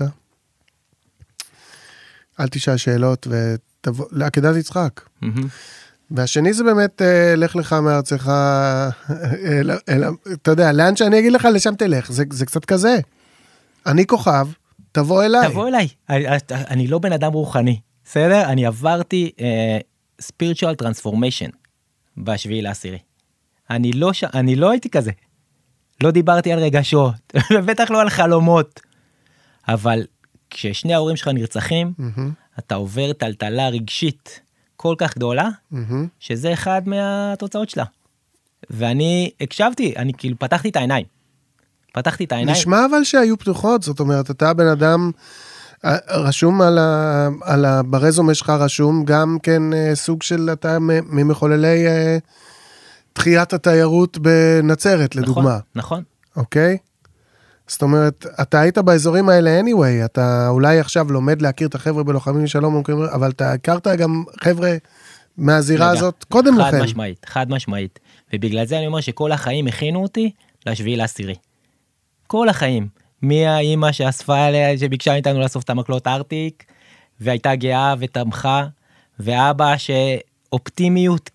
A: אל תשאל שאלות ותבוא, לעקדת יצחק.
B: Mm-hmm.
A: והשני זה באמת, לך לך מארצך, אל, אל, אתה יודע, לאן שאני אגיד לך, לשם תלך. זה, זה קצת כזה. אני כוכב, תבוא אליי.
B: תבוא אליי. אני, אני לא בן אדם רוחני. בסדר? אני עברתי uh, spiritual transformation בשביעי לעשירי. אני לא, ש... אני לא הייתי כזה. לא דיברתי על רגשות, ובטח לא על חלומות. אבל כששני ההורים שלך נרצחים, mm-hmm. אתה עובר טלטלה רגשית כל כך גדולה, mm-hmm. שזה אחד מהתוצאות שלה. ואני הקשבתי, אני כאילו פתחתי את העיניים. פתחתי את העיניים.
A: נשמע אבל שהיו פתוחות, זאת אומרת, אתה בן אדם, רשום על, ה, על ה, ברזומה שלך רשום, גם כן סוג של, אתה ממחוללי תחיית התיירות בנצרת, לדוגמה.
B: נכון, נכון.
A: אוקיי? זאת אומרת, אתה היית באזורים האלה anyway, אתה אולי עכשיו לומד להכיר את החבר'ה בלוחמים לשלום, אבל אתה הכרת גם חבר'ה מהזירה רגע, הזאת קודם
B: חד
A: לכן.
B: חד משמעית, חד משמעית. ובגלל זה אני אומר שכל החיים הכינו אותי לשביעי לעשירי. כל החיים. מי האמא שאספה עליה, שביקשה איתנו לאסוף את המקלות ארטיק, והייתה גאה ותמכה, ואבא שאופטימיות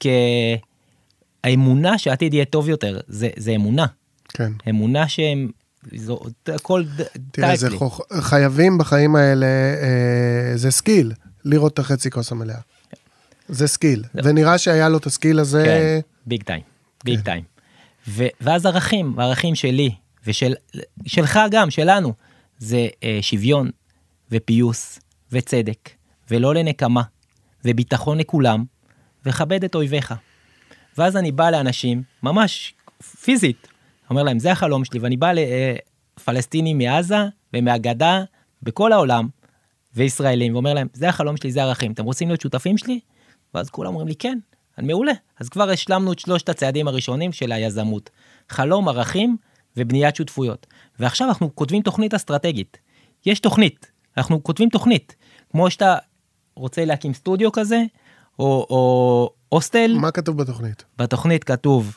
B: כאמונה שעתיד יהיה טוב יותר, זה, זה אמונה.
A: כן.
B: אמונה שהם, זו, כל
A: תראה, זה חוכ... חייבים בחיים האלה, אה, זה סקיל, לראות את החצי כוס המלאה. זה סקיל, זה... ונראה שהיה לו את הסקיל הזה.
B: כן, ביג טיים, ביג טיים. ואז ערכים, הערכים שלי, ושלך גם, שלנו, זה אה, שוויון, ופיוס, וצדק, ולא לנקמה, וביטחון לכולם, וכבד את אויביך. ואז אני בא לאנשים, ממש פיזית, אומר להם, זה החלום שלי, ואני בא לפלסטינים מעזה, ומהגדה, בכל העולם, וישראלים, ואומר להם, זה החלום שלי, זה ערכים, אתם רוצים להיות שותפים שלי? ואז כולם אומרים לי, כן, אני מעולה. אז כבר השלמנו את שלושת הצעדים הראשונים של היזמות. חלום, ערכים, ובניית שותפויות. ועכשיו אנחנו כותבים תוכנית אסטרטגית. יש תוכנית, אנחנו כותבים תוכנית. כמו שאתה רוצה להקים סטודיו כזה, או, או הוסטל.
A: מה כתוב בתוכנית?
B: בתוכנית כתוב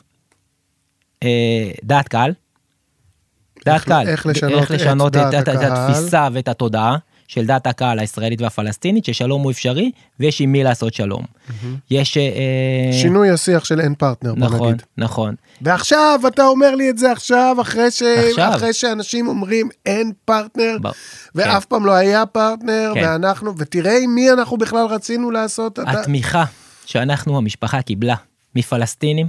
B: אה, דעת קהל. דעת
A: איך,
B: קהל.
A: איך לשנות,
B: איך לשנות
A: את,
B: את,
A: דעת
B: את, את התפיסה ואת התודעה של דעת הקהל הישראלית והפלסטינית, ששלום הוא אפשרי, ויש עם מי לעשות שלום. Mm-hmm. יש... אה,
A: שינוי השיח של אין פרטנר,
B: נכון,
A: בוא נגיד.
B: נכון.
A: ועכשיו, אתה אומר לי את זה עכשיו, אחרי, ש...
B: עכשיו.
A: אחרי שאנשים אומרים אין פרטנר,
B: ב...
A: ואף כן. פעם לא היה פרטנר, כן. ואנחנו, ותראה עם מי אנחנו בכלל רצינו לעשות.
B: התמיכה אתה... שאנחנו, המשפחה, קיבלה מפלסטינים,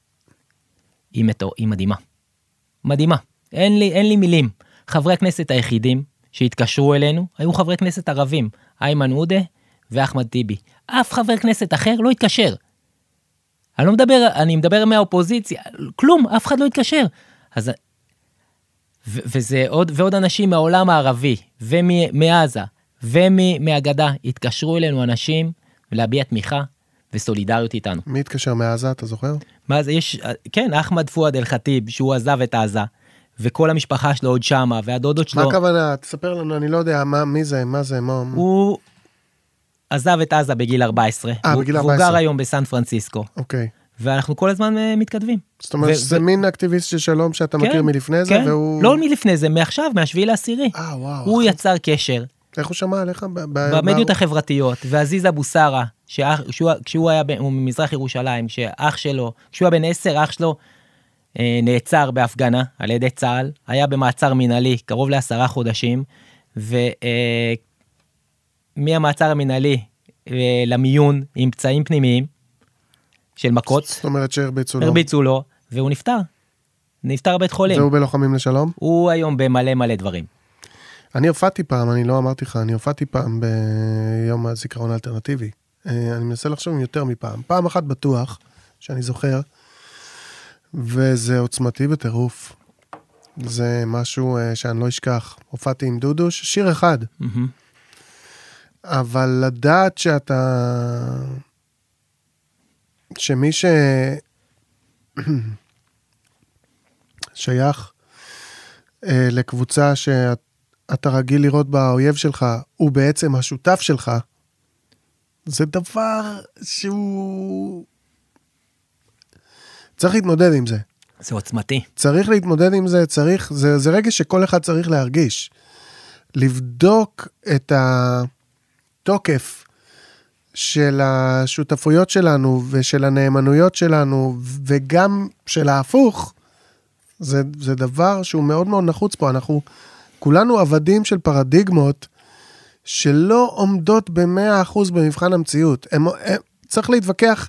B: היא, מתו... היא מדהימה. מדהימה. אין לי, אין לי מילים. חברי הכנסת היחידים שהתקשרו אלינו, היו חברי כנסת ערבים, איימן עודה ואחמד טיבי. אף חבר כנסת אחר לא התקשר. אני לא מדבר, אני מדבר מהאופוזיציה, כלום, אף אחד לא התקשר. אז, ו- וזה עוד, ועוד אנשים מהעולם הערבי, ומעזה, ומהגדה, התקשרו אלינו אנשים, להביע תמיכה וסולידריות איתנו.
A: מי התקשר מעזה, אתה זוכר?
B: מה זה, יש, כן, אחמד פואד אל חטיב, שהוא עזב את עזה, וכל המשפחה שלו עוד שמה, והדודות שלו...
A: מה הכוונה? תספר לנו, אני לא יודע, מה, מי זה, מה זה, מה...
B: הוא עזב את עזה בגיל ארבע עשרה.
A: אה, בגיל ארבע עשרה.
B: והוא גר היום בסן פרנסיסקו.
A: אוקיי.
B: ואנחנו כל הזמן uh, מתכתבים.
A: זאת אומרת, זה מין אקטיביסט של שלום שאתה
B: כן,
A: מכיר מלפני זה,
B: כן.
A: והוא...
B: לא מלפני זה, מעכשיו, מהשביעי לעשירי.
A: אה, וואו.
B: הוא יצר קשר.
A: איך הוא שמע עליך?
B: במדיות החברתיות, ועזיז אבו סארה, כשהוא היה ממזרח ירושלים, שאח שלו, כשהוא היה בן עשר, אח שלו נעצר בהפגנה על ידי צה"ל, היה במעצר מנהלי, קרוב לעשרה חודשים, ומהמעצר המנהלי למיון עם פצעים פנימיים של מכות.
A: זאת אומרת שהרביצו לו.
B: הרביצו לו, והוא נפטר. נפטר בית חולים.
A: והוא בלוחמים לשלום?
B: הוא היום במלא מלא דברים.
A: אני הופעתי פעם, אני לא אמרתי לך, אני הופעתי פעם ביום הזיכרון האלטרנטיבי. אני מנסה לחשוב יותר מפעם. פעם אחת בטוח, שאני זוכר, וזה עוצמתי בטירוף. זה משהו שאני לא אשכח. הופעתי עם דודוש, שיר אחד. אבל לדעת שאתה... שמי ש... שייך לקבוצה שאתה רגיל לראות בה האויב שלך, הוא בעצם השותף שלך, זה דבר שהוא... צריך להתמודד עם זה.
B: זה עוצמתי.
A: צריך להתמודד עם זה, צריך, זה, זה רגע שכל אחד צריך להרגיש. לבדוק את התוקף של השותפויות שלנו, ושל הנאמנויות שלנו, וגם של ההפוך, זה, זה דבר שהוא מאוד מאוד נחוץ פה. אנחנו כולנו עבדים של פרדיגמות, שלא עומדות במאה אחוז במבחן המציאות. הם, הם, צריך להתווכח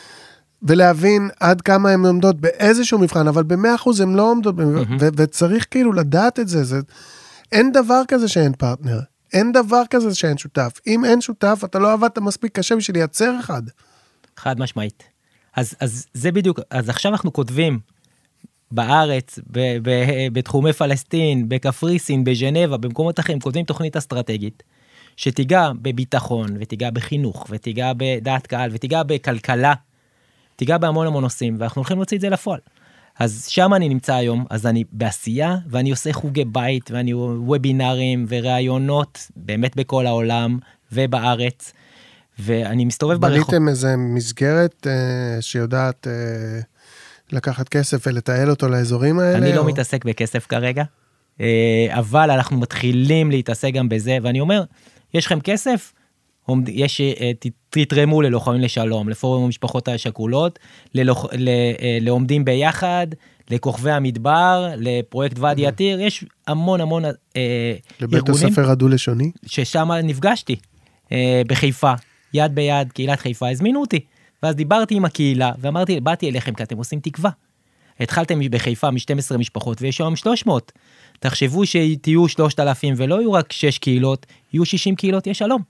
A: ולהבין עד כמה הן עומדות באיזשהו מבחן, אבל במאה אחוז הן לא עומדות, mm-hmm. ו- וצריך כאילו לדעת את זה, זה. אין דבר כזה שאין פרטנר, אין דבר כזה שאין שותף. אם אין שותף, אתה לא עבדת מספיק קשה בשביל לייצר אחד.
B: חד משמעית. אז, אז זה בדיוק, אז עכשיו אנחנו כותבים בארץ, ב- ב- בתחומי פלסטין, בקפריסין, בז'נבה, במקומות אחרים, כותבים תוכנית אסטרטגית, שתיגע בביטחון, ותיגע בחינוך, ותיגע בדעת קהל, ותיגע בכלכלה, תיגע בהמון המון נושאים, ואנחנו הולכים להוציא את זה לפועל. אז שם אני נמצא היום, אז אני בעשייה, ואני עושה חוגי בית, ואני וובינרים ורעיונות, באמת בכל העולם, ובארץ, ואני מסתובב ברחוב.
A: בניתם איזה מסגרת אה, שיודעת אה, לקחת כסף ולטייל אותו לאזורים האלה?
B: אני לא
A: או...
B: מתעסק בכסף כרגע, אה, אבל אנחנו מתחילים להתעסק גם בזה, ואני אומר, יש לכם כסף? יש, תתרמו ללוחמים לשלום, לפורום המשפחות השכולות, ללוח, ל, לעומדים ביחד, לכוכבי המדבר, לפרויקט ועד יתיר, יש המון המון אה,
A: לבית
B: ארגונים.
A: לבית הספר הדו-לשוני?
B: ששם נפגשתי, אה, בחיפה, יד ביד, קהילת חיפה, הזמינו אותי, ואז דיברתי עם הקהילה, ואמרתי, באתי אליכם, כי אתם עושים תקווה. התחלתם בחיפה מ-שתים עשרה משפחות, ויש היום שלוש מאות. תחשבו שתהיו שלושת אלפים, ולא יהיו רק שש קהילות, יהיו שישים קהילות, יש שלום.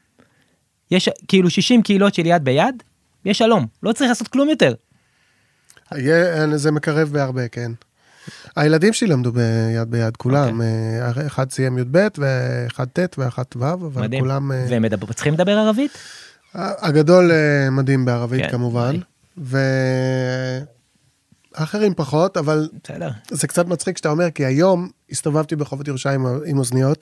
B: יש כאילו שישים קהילות של יד ביד, יש שלום, לא צריך לעשות כלום יותר.
A: זה מקרב בהרבה, כן. הילדים שלי למדו ביד ביד, כולם. אחד סיים י"ב, ואחד ט' ואחד ו', אבל כולם...
B: והם צריכים לדבר ערבית?
A: הגדול מדהים בערבית כמובן, ואחרים פחות, אבל זה קצת מצחיק שאתה אומר, כי היום הסתובבתי ברחובות ירושלים עם אוזניות,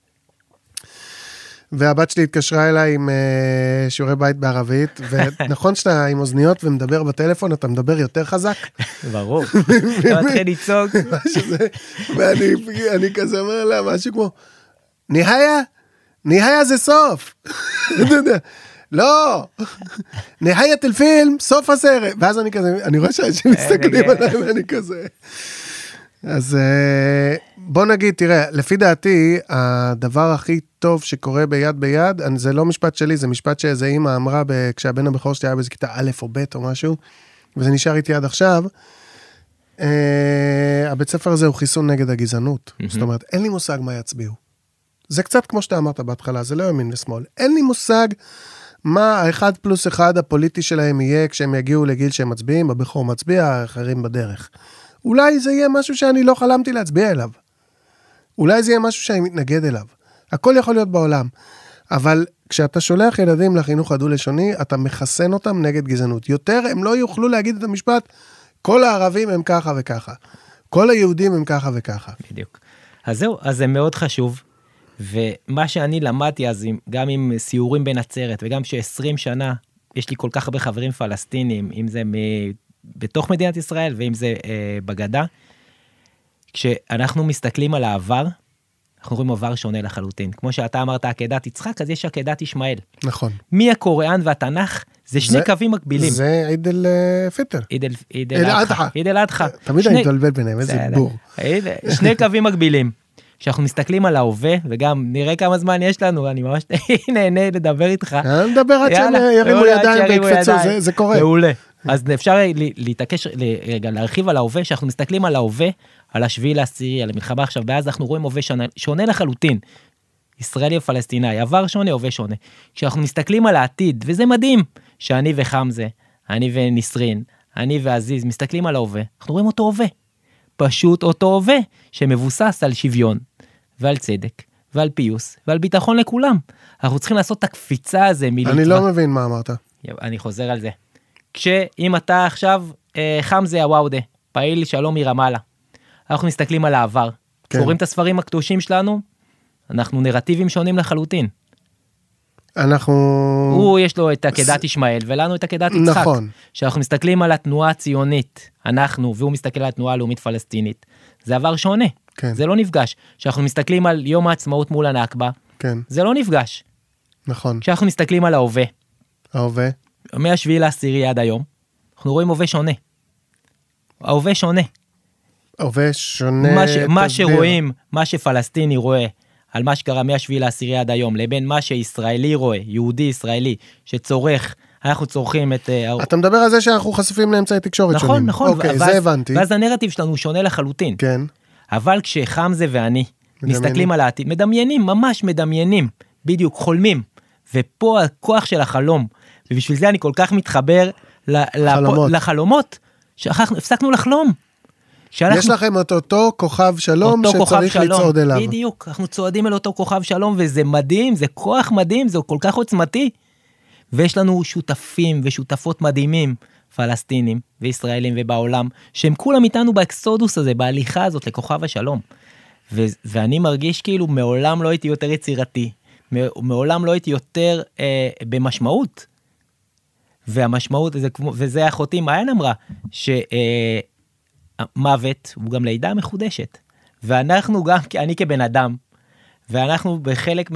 A: והבת שלי התקשרה אליי עם uh, שיעורי בית בערבית, ונכון שאתה עם אוזניות ומדבר בטלפון, אתה מדבר יותר חזק.
B: ברור. אתה מתחיל לצעוק.
A: ואני אני כזה אומר לה, משהו כמו, ניהיה? ניהיה זה סוף. לא, ניהיית אלפילם, סוף הסרט. ואז אני כזה, אני רואה שאנשים מסתכלים עליי, ואני כזה... אז בוא נגיד, תראה, לפי דעתי, הדבר הכי טוב שקורה ביד ביד, זה לא משפט שלי, זה משפט שאיזה אימא אמרה, כשהבן הבכור שלי היה באיזה כיתה א' או ב' או משהו, וזה נשאר איתי עד עכשיו, הבית ספר הזה הוא חיסון נגד הגזענות. זאת אומרת, אין לי מושג מה יצביעו. זה קצת כמו שאתה אמרת בהתחלה, זה לא ימין ושמאל. אין לי מושג מה האחד פלוס אחד הפוליטי שלהם יהיה, כשהם יגיעו לגיל שהם מצביעים, הבכור מצביע, האחרים בדרך. אולי זה יהיה משהו שאני לא חלמתי להצביע אליו. אולי זה יהיה משהו שאני מתנגד אליו. הכל יכול להיות בעולם. אבל כשאתה שולח ילדים לחינוך הדו-לשוני, אתה מחסן אותם נגד גזענות. יותר הם לא יוכלו להגיד את המשפט, כל הערבים הם ככה וככה. כל היהודים הם ככה וככה.
B: בדיוק. אז זהו, אז זה מאוד חשוב. ומה שאני למדתי אז, גם עם סיורים בנצרת, וגם ש-עשרים שנה יש לי כל כך הרבה חברים פלסטינים, אם זה מ... בתוך מדינת ישראל, ואם זה אה, בגדה, כשאנחנו מסתכלים על העבר, אנחנו רואים עבר שונה לחלוטין. כמו שאתה אמרת, עקדת יצחק, אז יש עקדת ישמעאל.
A: נכון.
B: מי הקוראן והתנ"ך, זה שני
A: זה,
B: קווים מקבילים.
A: זה עיד אל פיטר.
B: עיד אל עיד אל אדחא. עיד אל אדחא.
A: תמיד
B: שני...
A: אני מתבלבל ביניהם, איזה בור.
B: שני קווים מקבילים. כשאנחנו מסתכלים על ההווה, וגם נראה כמה זמן יש לנו, אני ממש נהנה לדבר איתך.
A: אני מדבר עד שהם ירימו ידיים ויקפצו, זה קורה.
B: מעולה. אז אפשר להתעקש, רגע, להרחיב על ההווה, שאנחנו מסתכלים על ההווה, על השביעי לעשירי, על המלחמה עכשיו, ואז אנחנו רואים הווה שונה לחלוטין. ישראלי ופלסטיני, עבר שונה, הווה שונה. כשאנחנו מסתכלים על העתיד, וזה מדהים, שאני וחמזה, אני ונסרין, אני ועזיז, מסתכלים על ההווה, אנחנו רואים אותו הווה. פשוט אותו הווה, שמבוסס על שוויון, ועל צדק, ועל פיוס, ועל ביטחון לכולם. אנחנו צריכים לעשות את הקפיצה הזה מלהתווה.
A: אני לא מבין מה אמרת.
B: אני חוזר על זה. כשאם אתה עכשיו אה, חמזה הוואודה, פעיל שלום מרמאללה, אנחנו מסתכלים על העבר, כן. קוראים את הספרים הקדושים שלנו, אנחנו נרטיבים שונים לחלוטין.
A: אנחנו...
B: הוא יש לו את עקדת ישמעאל, ולנו את עקדת יצחק.
A: נכון.
B: שאנחנו מסתכלים על התנועה הציונית, אנחנו, והוא מסתכל על התנועה הלאומית פלסטינית, זה עבר שונה,
A: כן.
B: זה לא נפגש. כשאנחנו מסתכלים על יום העצמאות מול הנכבה,
A: כן.
B: זה לא נפגש.
A: נכון.
B: כשאנחנו מסתכלים על ההווה,
A: ההווה,
B: מהשביעי לעשירי עד היום, אנחנו רואים הווה שונה. ההווה שונה.
A: ההווה שונה.
B: מה, ש, מה שרואים, מה שפלסטיני רואה, על מה שקרה מהשביעי לעשירי עד היום, לבין מה שישראלי רואה, יהודי ישראלי, שצורך, אנחנו צורכים את...
A: אתה מדבר על זה שאנחנו חשופים לאמצעי תקשורת
B: נכון,
A: שונים.
B: נכון,
A: אוקיי,
B: ואז,
A: זה הבנתי.
B: ואז הנרטיב שלנו שונה לחלוטין.
A: כן.
B: אבל כשחמזה ואני
A: מדמיינים.
B: מסתכלים על העתיד, מדמיינים, ממש מדמיינים, בדיוק, חולמים, ופה הכוח של החלום, ובשביל זה אני כל כך מתחבר
A: חלומות.
B: לחלומות, שהפסקנו לחלום.
A: שאנחנו... יש לכם את אותו כוכב שלום
B: אותו
A: שצריך
B: כוכב שלום.
A: לצעוד אליו.
B: בדיוק, אנחנו צועדים אל אותו כוכב שלום, וזה מדהים, זה כוח מדהים, זה כל כך עוצמתי. ויש לנו שותפים ושותפות מדהימים, פלסטינים וישראלים ובעולם, שהם כולם איתנו באקסודוס הזה, בהליכה הזאת לכוכב השלום. ו- ואני מרגיש כאילו מעולם לא הייתי יותר יצירתי, מעולם לא הייתי יותר אה, במשמעות. והמשמעות, זה, וזה אחותי מעיין אמרה, שמוות הוא גם לידה מחודשת. ואנחנו גם, אני כבן אדם, ואנחנו בחלק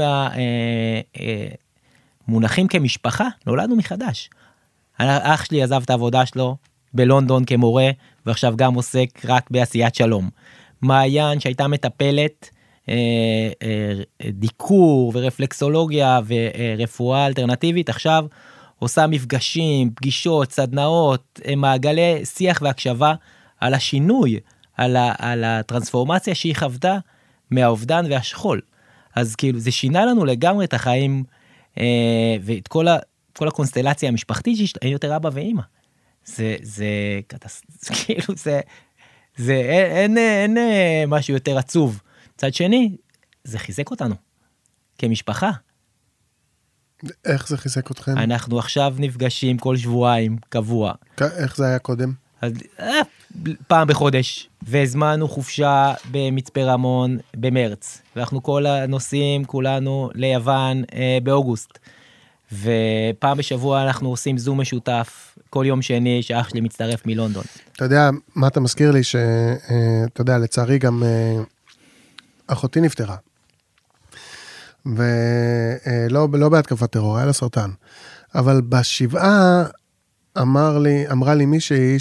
B: מהמונחים כמשפחה, נולדנו מחדש. האח שלי עזב את העבודה שלו בלונדון כמורה, ועכשיו גם עוסק רק בעשיית שלום. מעיין שהייתה מטפלת, דיקור ורפלקסולוגיה ורפואה אלטרנטיבית, עכשיו עושה מפגשים, פגישות, סדנאות, מעגלי שיח והקשבה על השינוי, על, ה, על הטרנספורמציה שהיא חוותה מהאובדן והשכול. אז כאילו זה שינה לנו לגמרי את החיים, אה, ואת כל, ה, כל הקונסטלציה המשפחתית שיש, אין יותר אבא ואמא. זה, זה, זה כאילו זה, זה, אין, אין, אין משהו יותר עצוב. צד שני, זה חיזק אותנו, כמשפחה.
A: איך זה חיזק אתכם?
B: אנחנו עכשיו נפגשים כל שבועיים, קבוע.
A: איך זה היה קודם?
B: אז, אה, פעם בחודש, והזמנו חופשה במצפה רמון במרץ, ואנחנו כל הנוסעים כולנו ליוון אה, באוגוסט, ופעם בשבוע אנחנו עושים זום משותף, כל יום שני שאח שלי מצטרף מלונדון. אתה
A: יודע, מה אתה מזכיר לי, שאתה יודע, לצערי גם אה, אחותי נפטרה, ולא לא בהתקפת טרור, היה לה סרטן, אבל בשבעה אמר לי, אמרה לי מישהי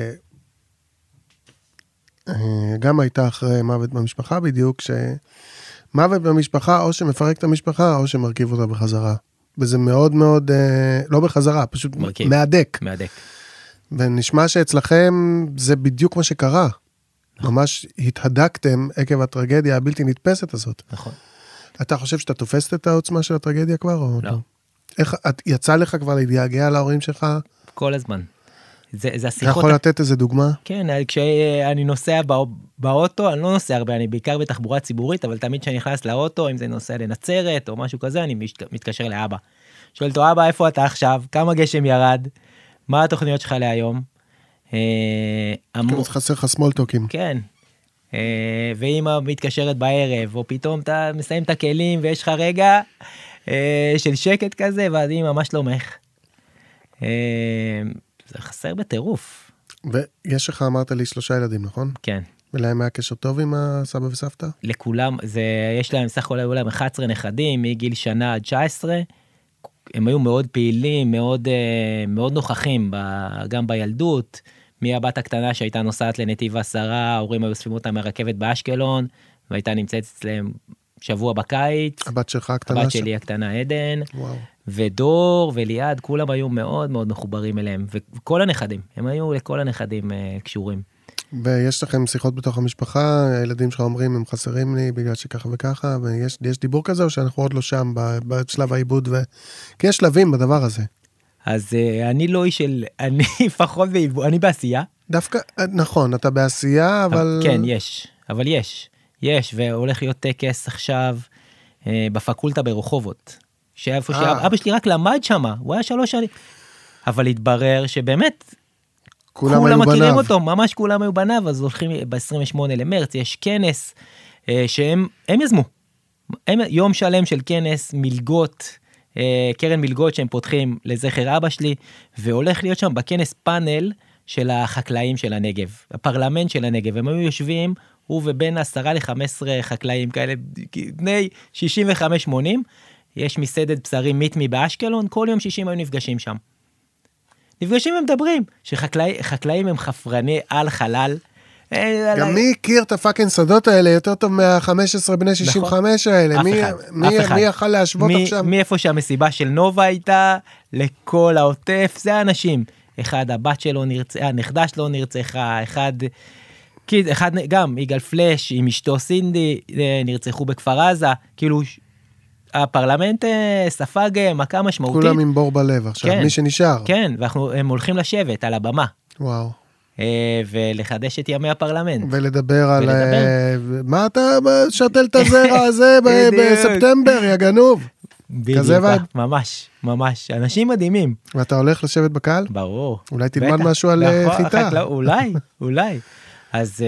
A: שגם הייתה אחרי מוות במשפחה בדיוק, שמוות במשפחה או שמפרק את המשפחה או שמרכיב אותה בחזרה. וזה מאוד מאוד, לא בחזרה, פשוט מרכיב. מהדק.
B: מהדק.
A: ונשמע שאצלכם זה בדיוק מה שקרה. ממש התהדקתם עקב הטרגדיה הבלתי נתפסת הזאת.
B: נכון.
A: אתה חושב שאתה תופסת את העוצמה של הטרגדיה כבר? או
B: לא.
A: לא? איך, את, יצא לך כבר להתגעגע להורים שלך?
B: כל הזמן. זה, זה
A: השיחות... אתה יכול לתת איזה דוגמה?
B: כן, כשאני נוסע בא, באוטו, אני לא נוסע הרבה, אני בעיקר בתחבורה ציבורית, אבל תמיד כשאני נכנס לאוטו, אם זה נוסע לנצרת או משהו כזה, אני מתקשר לאבא. שואל אותו, אבא, איפה אתה עכשיו? כמה גשם ירד? מה התוכניות שלך להיום?
A: כאילו חסר לך סמולטוקים.
B: כן. ואמא מתקשרת בערב, או פתאום אתה מסיים את הכלים, ויש לך רגע של שקט כזה, ואז אמא, מה שלומך? זה חסר בטירוף.
A: ויש לך, אמרת לי, שלושה ילדים, נכון?
B: כן.
A: ולהם היה קשר טוב עם הסבא וסבתא?
B: לכולם, זה, יש להם, סך הכל היו להם אחת עשרה נכדים, מגיל שנה עד תשע עשרה, הם היו מאוד פעילים, מאוד, מאוד נוכחים, גם בילדות, מהבת הקטנה שהייתה נוסעת לנתיב עשרה, ההורים היו אוספים אותה מהרכבת באשקלון, והייתה נמצאת אצלם שבוע בקיץ.
A: הבת שלך הקטנה?
B: הבת שלי הקטנה עדן,
A: וואו.
B: ודור וליעד, כולם היו מאוד מאוד מחוברים אליהם, וכל הנכדים, הם היו לכל הנכדים קשורים.
A: ויש לכם שיחות בתוך המשפחה, הילדים שלך אומרים, הם חסרים לי בגלל שככה וככה, ויש יש דיבור כזה, או שאנחנו עוד לא שם בשלב העיבוד, ו... כי יש שלבים בדבר הזה.
B: אז אני לא איש של, אני פחות בעיבוד, אני בעשייה.
A: דווקא, נכון, אתה בעשייה, אבל...
B: כן, יש, אבל יש, יש, והולך להיות טקס עכשיו, בפקולטה ברחובות, שאיפה שאבא שלי רק למד שמה, הוא היה שלוש שנים, אבל התברר שבאמת,
A: כולם,
B: כולם מכירים
A: בניו.
B: אותו, ממש כולם היו בניו, אז הולכים ב-עשרים ושמונה למרץ, יש כנס אה, שהם הם יזמו, הם, יום שלם של כנס, מלגות, אה, קרן מלגות שהם פותחים לזכר אבא שלי, והולך להיות שם בכנס פאנל של החקלאים של הנגב, הפרלמנט של הנגב, הם היו יושבים, הוא ובין עשרה ל-חמש עשרה חקלאים כאלה, בני שישים וחמש שמונים, יש מסעדת בשרים מיטמי באשקלון, כל יום שישים היו נפגשים שם. נפגשים ומדברים, שחקלאים הם חפרני על חלל.
A: גם מי הכיר את הפאקינג שדות האלה יותר טוב מה-חמש עשרה בני שישים וחמש האלה? מי, מי, מי יכל להשוות עכשיו?
B: מאיפה שהמסיבה של נובה הייתה, לכל העוטף, זה האנשים. אחד, הבת שלו נרצחה, הנכדה שלו נרצחה, אחד, אחד גם, יגאל פלש עם אשתו סינדי, נרצחו בכפר עזה, כאילו, הפרלמנט ספג מכה משמעותית.
A: כולם עם בור בלב עכשיו,
B: כן,
A: מי שנשאר.
B: כן, והם הולכים לשבת על הבמה.
A: וואו.
B: ולחדש את ימי הפרלמנט.
A: ולדבר על... מה אתה שתל את הזרע הזה בספטמבר, יא גנוב? כזה ועד?
B: ממש, ממש. אנשים מדהימים.
A: ואתה הולך לשבת בקהל?
B: ברור.
A: אולי תלמד משהו על חיטה.
B: אולי, אולי. אז...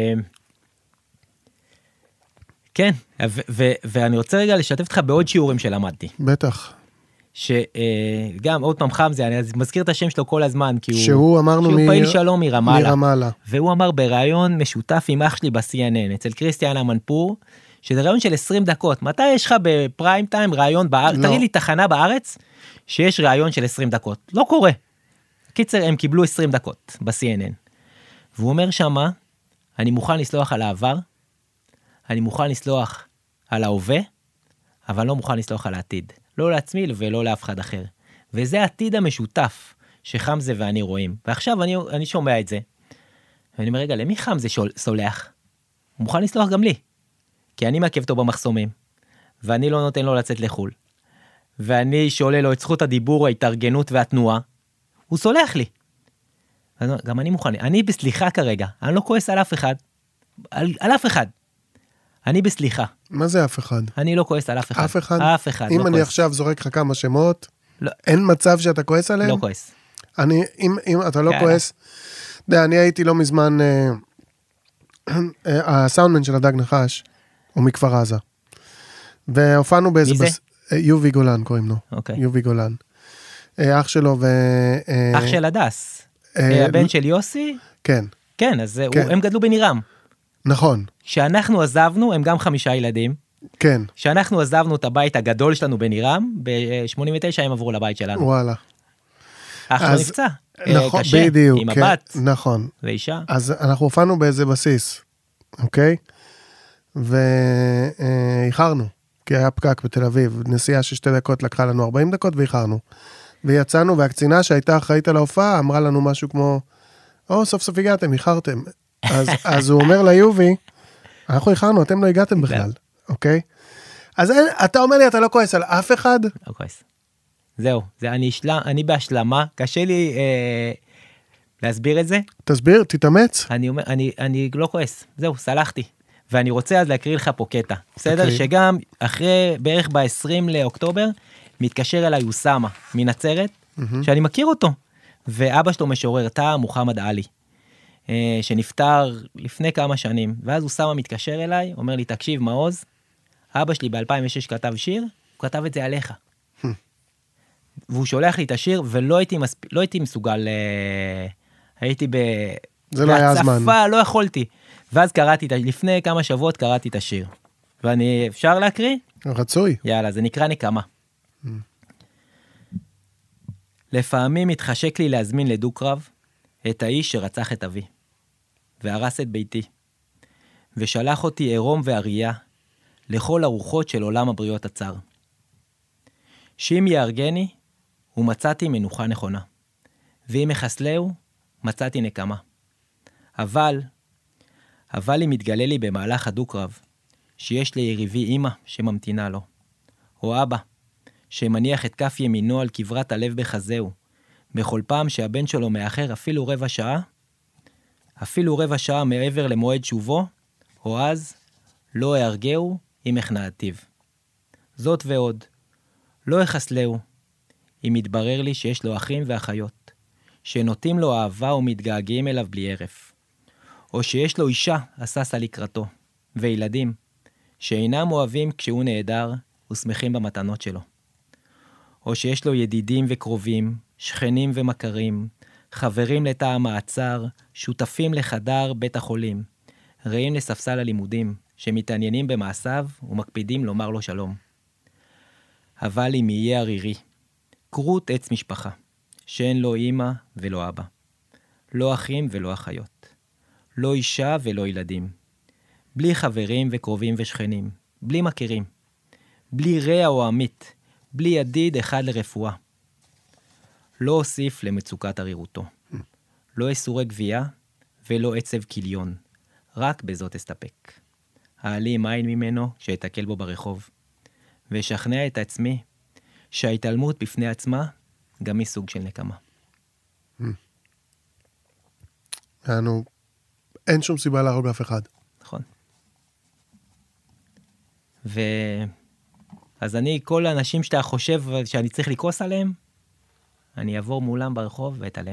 B: כן, ואני רוצה רגע לשתף אותך בעוד שיעורים שלמדתי.
A: בטח.
B: שגם עוד פעם חמזה, אני מזכיר את השם שלו כל הזמן, כי הוא,
A: שהוא אמרנו
B: שהוא פעיל שלום מרמאללה,
A: מרמאללה.
B: והוא אמר בראיון משותף עם אח שלי ב-סי אן אן, אצל קריסטיאן אמנפור, שזה ראיון של עשרים דקות, מתי יש לך בפריים טיים ראיון בארץ, לא. תראי לי תחנה בארץ, שיש ראיון של עשרים דקות, לא קורה. קיצר, הם קיבלו עשרים דקות ב-סי אן אן, והוא אומר שמה, אני מוכן לסלוח על העבר, אני מוכן לסלוח על ההווה, אבל לא מוכן לסלוח על העתיד. לא לעצמי ולא לאף אחד אחר. וזה העתיד המשותף שחמזה ואני רואים. ועכשיו אני, אני שומע את זה. ואני אומר, רגע, למי חמזה סולח? הוא מוכן לסלוח גם לי. כי אני מעכב אותו במחסומים. ואני לא נותן לו לצאת לחול. ואני שואל לו את זכות הדיבור, ההתארגנות והתנועה. הוא סולח לי. גם אני מוכן. אני בסליחה כרגע. אני לא כועס על אף אחד. על, על אף אחד. אני בסליחה.
A: מה זה אף אחד?
B: אני לא כועס על אף אחד.
A: אף אחד?
B: אף אחד.
A: אם
B: לא
A: אני
B: כועס.
A: עכשיו זורק לך כמה שמות,
B: לא.
A: אין מצב שאתה כועס עליהם?
B: לא כועס.
A: אני, אם, אם אתה לא
B: יאללה.
A: כועס, דה, אני הייתי לא מזמן, אה, אה, הסאונדמן של הדג נחש, הוא מכפר עזה. והופענו באיזה...
B: מי זה?
A: בס... אה, יובי גולן קוראים לו.
B: אוקיי.
A: יובי גולן. אה, אח שלו ו... אה,
B: אח של הדס.
A: אה,
B: הבן של יוסי?
A: כן,
B: כן, אז
A: כן.
B: הוא, הם גדלו בנירם.
A: נכון,
B: כשאנחנו עזבנו, הם גם חמישה ילדים.
A: כן,
B: כשאנחנו עזבנו את הבית הגדול שלנו בנירם, ב-שמונים ותשע הם עברו לבית שלנו.
A: וואלה.
B: אח שלו
A: אז-
B: נפצע.
A: נכון,
B: אה, קשה,
A: בדיוק.
B: עם
A: כן,
B: הבת
A: נכון.
B: ואישה.
A: אז אנחנו הופענו באיזה בסיס, אוקיי? ואיחרנו, כי היה פקק בתל אביב, נסיעה של שתי דקות לקחה לנו ארבעים דקות ואיחרנו. ויצאנו, והקצינה שהייתה אחראית על ההופעה, אמרה לנו משהו כמו, או, סוף סוף הגעתם, איחרתם. אז, אז הוא אומר ליובי, אנחנו איחרנו, אתם לא הגעתם בכלל, אוקיי? אז אין, אתה אומר לי, אתה לא כועס על אף אחד?
B: לא כועס. זהו, זה, אני, השלה, אני בהשלמה, קשה לי אה, להסביר את זה.
A: תסביר, תתאמץ.
B: אני אומר, אני, אני לא כועס, זהו, סלחתי. ואני רוצה אז להקריא לך פה קטע. בסדר?
A: אוקיי.
B: שגם אחרי, בערך ב-עשרים לאוקטובר, מתקשר אליי אוסמה מנצרת, שאני מכיר אותו. ואבא שלו משורר, תא מוחמד עלי, אה, שנפטר לפני כמה שנים. ואז אוסמה מתקשר אליי, אומר לי, תקשיב מעוז, אבא שלי ב-אלפיים ושש כתב שיר, הוא כתב את זה עליך. והוא שולח לי את השיר, ולא הייתי, מספ... לא הייתי מסוגל, אה, הייתי ב...
A: זה לא היה הזמן.
B: בהצפה, לא יכולתי. ואז קראתי, את... לפני כמה שבועות קראתי את השיר. ואני, אפשר להקריא?
A: רצוי.
B: יאללה, זה נקרא נקמה. Mm. לפעמים מתחשק לי להזמין לדו-קרב את האיש שרצח את אבי, והרס את ביתי, ושלח אותי עירום ואריה לכל הרוחות של עולם הבריות הצר. שאם יארגני, ומצאתי מנוחה נכונה, ואם יחסלהו, מצאתי נקמה. אבל, אבל אם מתגלה לי במהלך הדו-קרב, שיש ליריבי אמא שממתינה לו, או אבא, שמניח את כף ימינו על כברת הלב בחזהו, בכל פעם שהבן שלו מאחר אפילו רבע שעה, אפילו רבע שעה מעבר למועד שובו, או אז לא יארגהו עם הכנעתיו. זאת ועוד, לא יחסלהו, אם יתברר לי שיש לו אחים ואחיות, שנוטים לו אהבה ומתגעגעים אליו בלי ערף, או שיש לו אישה הססה לקראתו, וילדים, שאינם אוהבים כשהוא נהדר ושמחים במתנות שלו. או שיש לו ידידים וקרובים, שכנים ומכרים, חברים לתא המעצר, שותפים לחדר בית החולים, רעים לספסל הלימודים, שמתעניינים במעשיו ומקפידים לומר לו שלום. אבל אם יהיה ערירי, קרות עץ משפחה, שאין לו אמא ולא אבא, לא אחים ולא אחיות, לא אישה ולא ילדים, בלי חברים וקרובים ושכנים, בלי מכירים, בלי רע או עמית, בלי ידיד אחד לרפואה. לא אוסיף למצוקת ערירותו. לא אסורי גבייה ולא עצב כליון. רק בזאת אסתפק. העלים עין ממנו שאתקל בו ברחוב. ושכנע את עצמי שההתעלמות בפני עצמה גם היא סוג של נקמה.
A: אנו, אין שום סיבה להרוג אף אחד.
B: נכון. ו... אז אני, כל האנשים שאתה חושב שאני צריך לקרוס עליהם, אני אעבור מולם ברחוב ואתעלם.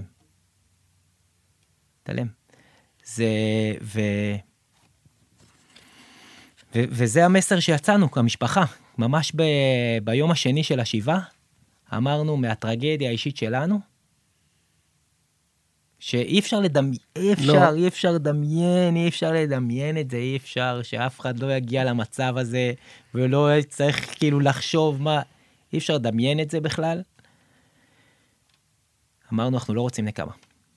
B: אתעלם. זה, ו... ו... וזה המסר שיצאנו כמשפחה. ממש ב... ביום השני של השבעה, אמרנו מהטרגדיה האישית שלנו, שאי אפשר לדמיין, אי אפשר, לא. אי אפשר לדמיין, אי אפשר לדמיין את זה, אי אפשר שאף אחד לא יגיע למצב הזה, ולא צריך כאילו לחשוב מה, אי אפשר לדמיין את זה בכלל. אמרנו, אנחנו לא רוצים נקמה.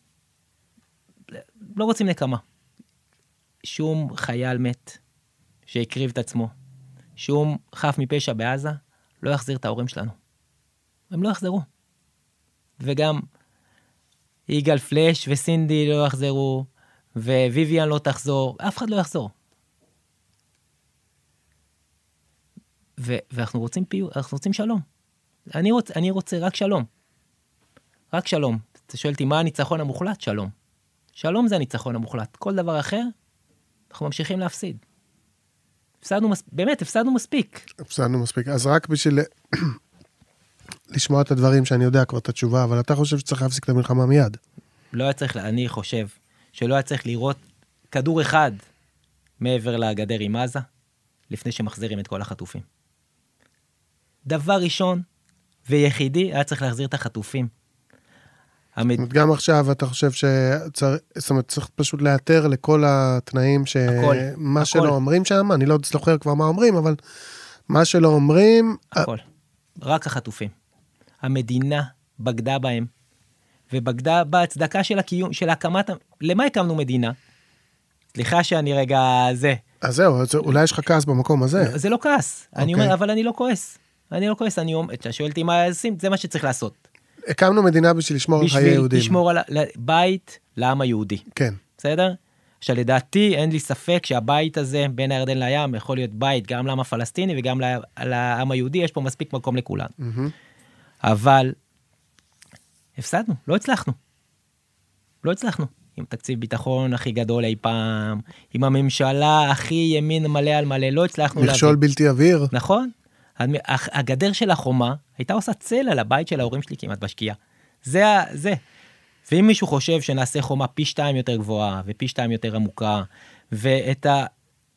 B: לא רוצים נקמה. שום חייל מת שהקריב את עצמו, שום חף מפשע בעזה, לא יחזיר את ההורים שלנו. הם לא יחזרו. וגם יגאל פלש וסינדי לא יחזרו, וויביאן לא תחזור, אף אחד לא יחזור. ו- ואנחנו רוצים פיו, אנחנו רוצים שלום. אני רוצה, אני רוצה רק שלום. רק שלום. אתה שואל אותי, מה הניצחון המוחלט? שלום. שלום זה הניצחון המוחלט. כל דבר אחר, אנחנו ממשיכים להפסיד. הפסדנו, באמת, הפסדנו מספיק.
A: הפסדנו מספיק. אז רק בשביל לשמוע את הדברים שאני יודע כבר את התשובה, אבל אתה חושב שצריך להפסיק את המלחמה מיד?
B: לא היה צריך, אני חושב שלא היה צריך לראות כדור אחד מעבר לגדר עם עזה, לפני שמחזירים את כל החטופים. דבר ראשון ויחידי, היה צריך להחזיר את החטופים.
A: המד... גם עכשיו אתה חושב שצריך, זאת אומרת, צריך פשוט לאתר לכל התנאים שמה שלא אומרים שם, אני לא זוכר כבר מה אומרים, אבל מה שלא אומרים...
B: הכל. רק החטופים. המדינה בגדה בהם, ובגדה בהצדקה של הקיום, של הקמת... למה הקמנו מדינה? סליחה שאני רגע זה.
A: אז זהו, אולי יש לך כעס במקום הזה.
B: זה לא כעס. אני אומר, אבל אני לא כועס. אני לא כועס, אני אומר, אתה שואל אותי מה עושים, זה מה שצריך לעשות.
A: הקמנו מדינה בשביל לשמור על חיי יהודים.
B: בשביל לשמור על בית לעם היהודי.
A: כן.
B: בסדר? עכשיו, לדעתי, אין לי ספק שהבית הזה, בין הירדן לים, יכול להיות בית גם לעם הפלסטיני וגם לעם היהודי, יש פה מספיק מקום לכולם. אבל, הפסדנו, לא הצלחנו. לא הצלחנו. עם תקציב ביטחון הכי גדול אי פעם, עם הממשלה הכי ימין מלא על מלא, לא הצלחנו להביא.
A: מכשול בלתי אוויר.
B: נכון. הגדר של החומה הייתה עושה צל על הבית של ההורים שלי כמעט בשקיעה. זה, זה. ואם מישהו חושב שנעשה חומה פי שתיים יותר גבוהה, ופי שתיים יותר עמוקה, ואת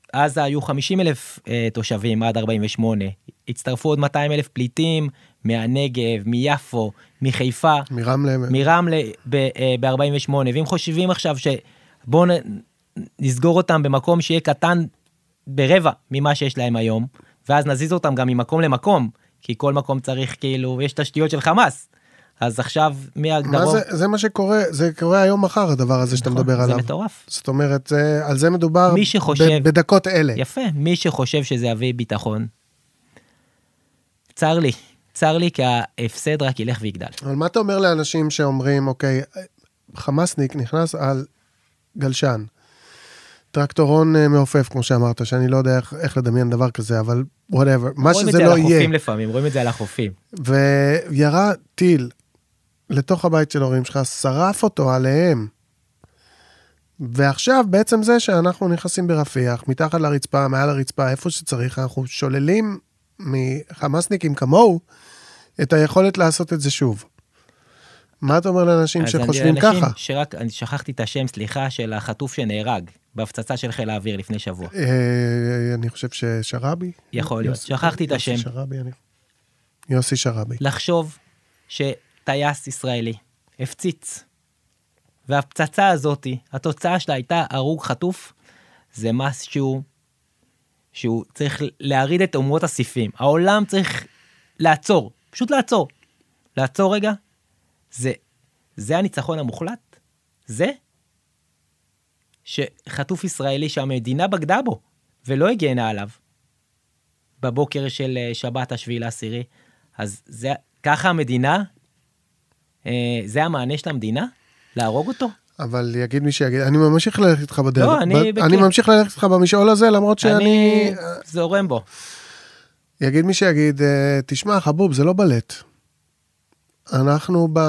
B: עזה היו חמישים אלף אה, תושבים עד ארבעים ושמונה, הצטרפו עוד מאתיים אלף פליטים מהנגב, מיפו, מחיפה,
A: מרמלה,
B: מרמלה ב-ארבעים ושמונה, ואם חושבים עכשיו שבואו נסגור אותם במקום שיהיה קטן ברבע ממה שיש להם היום, ואז נזיז אותם גם ממקום למקום, כי כל מקום צריך כאילו, יש תשתיות של חמאס, אז עכשיו מהדרום...
A: מה זה, זה מה שקורה, זה קורה היום מחר הדבר הזה שאתה מדבר עליו.
B: זה מטורף.
A: זאת אומרת, זה, על זה מדובר
B: מי שחושב,
A: בדקות אלה.
B: יפה, מי שחושב שזה יביא ביטחון, צר לי, צר לי כי ההפסד רק ילך ויגדל.
A: אבל מה אתה אומר לאנשים שאומרים, אוקיי, חמאסניק נכנס על גלשן, טרקטורון מעופף, כמו שאמרת, שאני לא יודע איך, איך לדמיין דבר כזה, אבל whatever, מה שזה לא יהיה.
B: רואים את זה על החופים לפעמים, רואים את זה על החופים.
A: וירה טיל לתוך הבית של הורים שלך, שרף אותו עליהם. ועכשיו בעצם זה שאנחנו נכנסים ברפיח, מתחת לרצפה, מעל הרצפה, איפה שצריך, אנחנו שוללים מחמאסניקים כמוהו, את היכולת לעשות את זה שוב. מה אתה אומר לאנשים שחושבים ככה?
B: אנשים שרק, אני שכחתי את השם, סליחה, של החטוף שנהרג, בהפצצה של חיל האוויר לפני שבוע.
A: אני חושב ששרבי?
B: יכול להיות, שכחתי את השם.
A: יוסי שרבי.
B: לחשוב שטייס ישראלי הפציץ, והפצצה הזאת, התוצאה שלה הייתה הרוג חטוף, זה משהו שהוא צריך להריד את אומות הסיפים. העולם צריך לעצור, פשוט לעצור. לעצור רגע, זה, זה הניצחון המוחלט. זה שחטוף ישראלי שהמדינה בגדה בו, ולא הגנה עליו, בבוקר של שבת השביעי לעשירי, אז זה, ככה המדינה, זה המענה של המדינה, להרוג אותו.
A: אבל יגיד מי שיגיד, אני ממשיך ללכת איתך בדרך.
B: לא, אני...
A: ב- אני ממשיך ללכת איתך במשעול הזה, למרות שאני...
B: אני זורם בו.
A: יגיד מי שיגיד, תשמע, חבוב, זה לא בלט. אנחנו ב...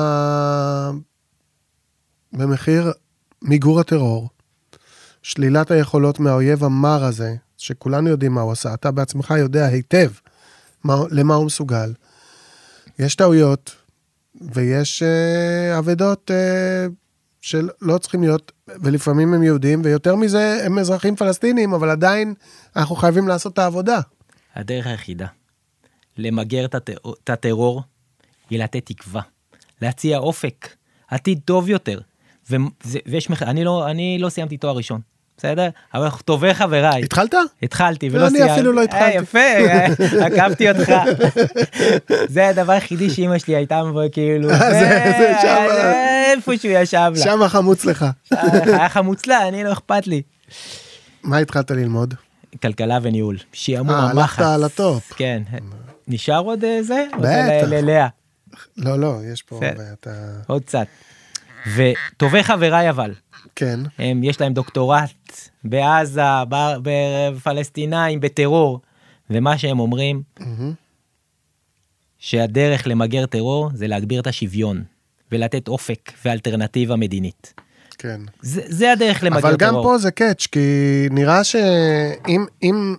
A: במחיר מיגור הטרור, שלילת היכולות מהאויב המר הזה, שכולנו יודעים מה הוא עשה, אתה בעצמך יודע היטב מה, למה הוא מסוגל. יש טעויות, ויש uh, עבדות uh, שלא צריכים להיות, ולפעמים הם יהודים, ויותר מזה הם אזרחים פלסטינים, אבל עדיין אנחנו חייבים לעשות את העבודה.
B: הדרך היחידה, למגר את הטרור, היא לתת תקווה, להציע אופק, עתיד טוב יותר, וזה, ויש מח... אני לא, אני לא סיימתי תואר ראשון, בסדר? אבל טובי חבריי.
A: התחלת?
B: התחלתי ולא סיימתי.
A: אני אפילו לא התחלתי.
B: יפה, עקבתי אותך. זה הדבר היחידי שאמא שלי הייתה כאילו,
A: זה שם.
B: איפה שהוא ישב לה.
A: שם חמוץ לך.
B: היה חמוץ לה, אני לא אכפת לי.
A: מה התחלת ללמוד?
B: כלכלה וניהול. שיעמור המחץ.
A: הלכת על הטופ.
B: כן. נשאר עוד זה?
A: בטח.
B: ללאה.
A: לא, לא, יש פה...
B: עוד קצת. וטובי חבריי אבל.
A: כן.
B: הם, יש להם דוקטורט בעזה, בפלסטינאים, בטרור, ומה שהם אומרים, שהדרך למגר טרור זה להגביר את השוויון, ולתת אופק ואלטרנטיבה מדינית.
A: כן.
B: זה, זה הדרך למגר טרור.
A: אבל גם פה זה קאץ', כי נראה שאם, אם...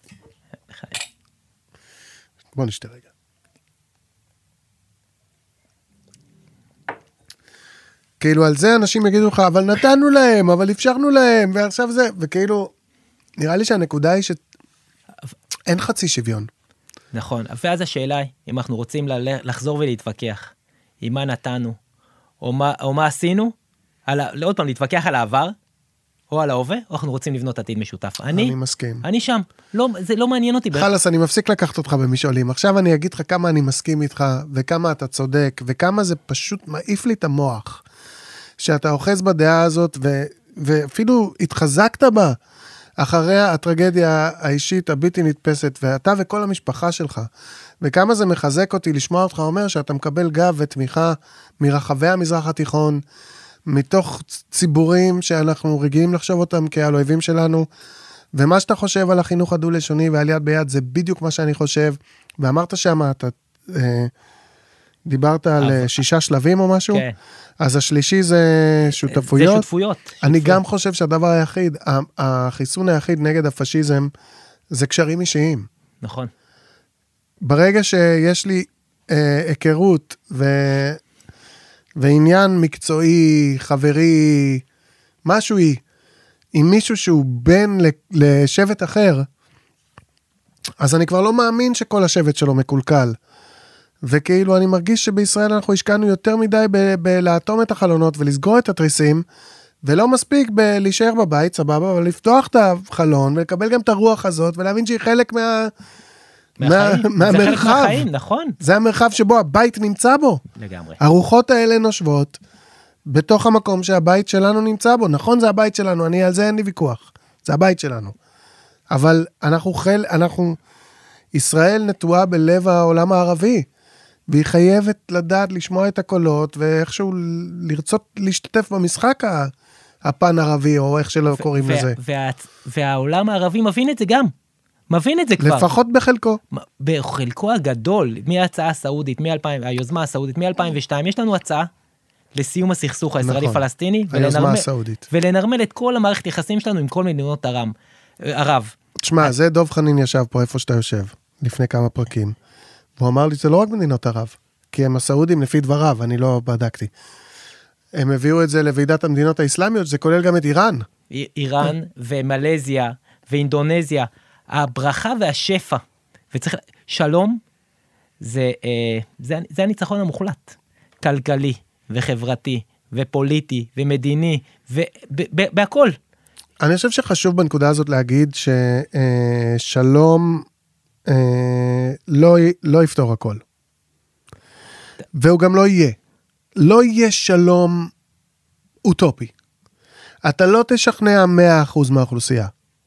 A: בוא נשתה רגע. כאילו על זה אנשים יגידו לך, אבל נתנו להם, אבל אפשרנו להם, ועכשיו זה, וכאילו, נראה לי שהנקודה היא שאין חצי שוויון.
B: נכון, ואז השאלה היא, אם אנחנו רוצים לחזור ולהתווכח, עם מה נתנו, או מה, או מה עשינו, על, עוד פעם, להתווכח על העבר, או על ההווה, או אנחנו רוצים לבנות עתיד משותף. אני,
A: אני מסכים.
B: אני שם, לא, זה לא מעניין אותי.
A: חלס, אני מפסיק לקחת אותך במשעולים. עכשיו אני אגיד לך כמה אני מסכים איתך, וכמה אתה צודק, וכמה זה פשוט מעיף לי את המוח. שאתה אוחז בדעה הזאת, ו, ואפילו התחזקת בה, אחרי הטרגדיה האישית הבלתי נתפסת, ואתה וכל המשפחה שלך, וכמה זה מחזק אותי לשמוע אותך אומר, שאתה מקבל גב ותמיכה מרחבי המזרח התיכון, מתוך ציבורים שאנחנו רגילים לחשוב אותם כעל אויבים שלנו, ומה שאתה חושב על החינוך הדו-לשוני ועל יד ביד, זה בדיוק מה שאני חושב, ואמרת שמה, אתה אה, דיברת על אבל... שישה שלבים או משהו, כן. אז השלישי זה שותפויות.
B: זה שותפויות.
A: אני שותפויות. גם חושב שהדבר היחיד, החיסון היחיד נגד הפשיזם, זה קשרים אישיים.
B: נכון.
A: ברגע שיש לי אה, היכרות ו... ועניין מקצועי, חברי, משהו היא, עם מישהו שהוא בן לשבט אחר, אז אני כבר לא מאמין שכל השבט שלו מקולקל. וכאילו אני מרגיש שבישראל אנחנו השקענו יותר מדי בלאטום את החלונות ולסגור את התריסים, ולא מספיק בלהישאר בבית, סבבה, אבל לפתוח את החלון ולקבל גם את הרוח הזאת, ולהבין שהיא חלק מה...
B: מהחיים.
A: מה,
B: זה
A: מהמרחב.
B: חלק מהחיים, נכון.
A: זה המרחב שבו הבית נמצא בו.
B: לגמרי.
A: הרוחות האלה נושבות בתוך המקום שהבית שלנו נמצא בו. נכון, זה הבית שלנו, אני על זה אין לי ויכוח. זה הבית שלנו. אבל אנחנו חל... אנחנו... ישראל נטועה בלב העולם הערבי, והיא חייבת לדעת לשמוע את הקולות, ואיכשהו לרצות להשתתף במשחק הפן ערבי, או איך שלא קוראים לזה.
B: והעולם הערבי מבין את זה גם. מבין את זה כבר.
A: לפחות בחלקו.
B: בחלקו הגדול, מההצעה הסעודית, היוזמה הסעודית, מ-אלפיים ושתיים, יש לנו הצעה לסיום הסכסוך הישראלי-פלסטיני, ולנרמל את כל המערכת יחסים שלנו עם כל מדינות ערב.
A: תשמע, זה דוב חנין ישב פה איפה שאתה יושב, לפני כמה פרקים. והוא אמר לי, זה לא רק מדינות ערב, כי הם הסעודים לפי דבריו, אני לא בדקתי. הם הביאו את זה לוועידת המדינות האסלאמיות, זה כולל גם את איראן.
B: איראן ומלזיה ואינדונזיה, הברכה והשפע, וצריך, שלום, זה, זה, זה הניצחון המוחלט, כלכלי וחברתי ופוליטי ומדיני, ובהכל.
A: אני חושב שחשוב בנקודה הזאת להגיד ששלום לא, לא יפתור הכל. והוא גם לא יהיה. לא יהיה שלום אוטופי. אתה לא תשכנע מאה אחוז מהאוכלוסייה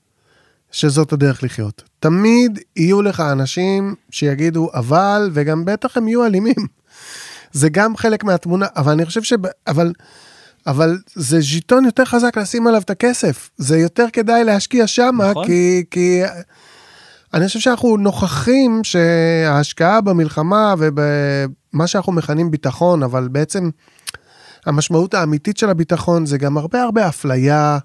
A: שזאת הדרך לחיות. תמיד יהיו לך אנשים שיגידו אבל, וגם בטח הם יהיו אלימים. זה גם חלק מהתמונה, אבל אני חושב ש... אבל... אבל זה ז'יטון יותר חזק לשים עליו את הכסף. זה יותר כדאי להשקיע שם, נכון. כי, כי אני חושב שאנחנו נוכחים שההשקעה במלחמה ובמה שאנחנו מכנים ביטחון, אבל בעצם המשמעות האמיתית של הביטחון זה גם הרבה הרבה אפליה,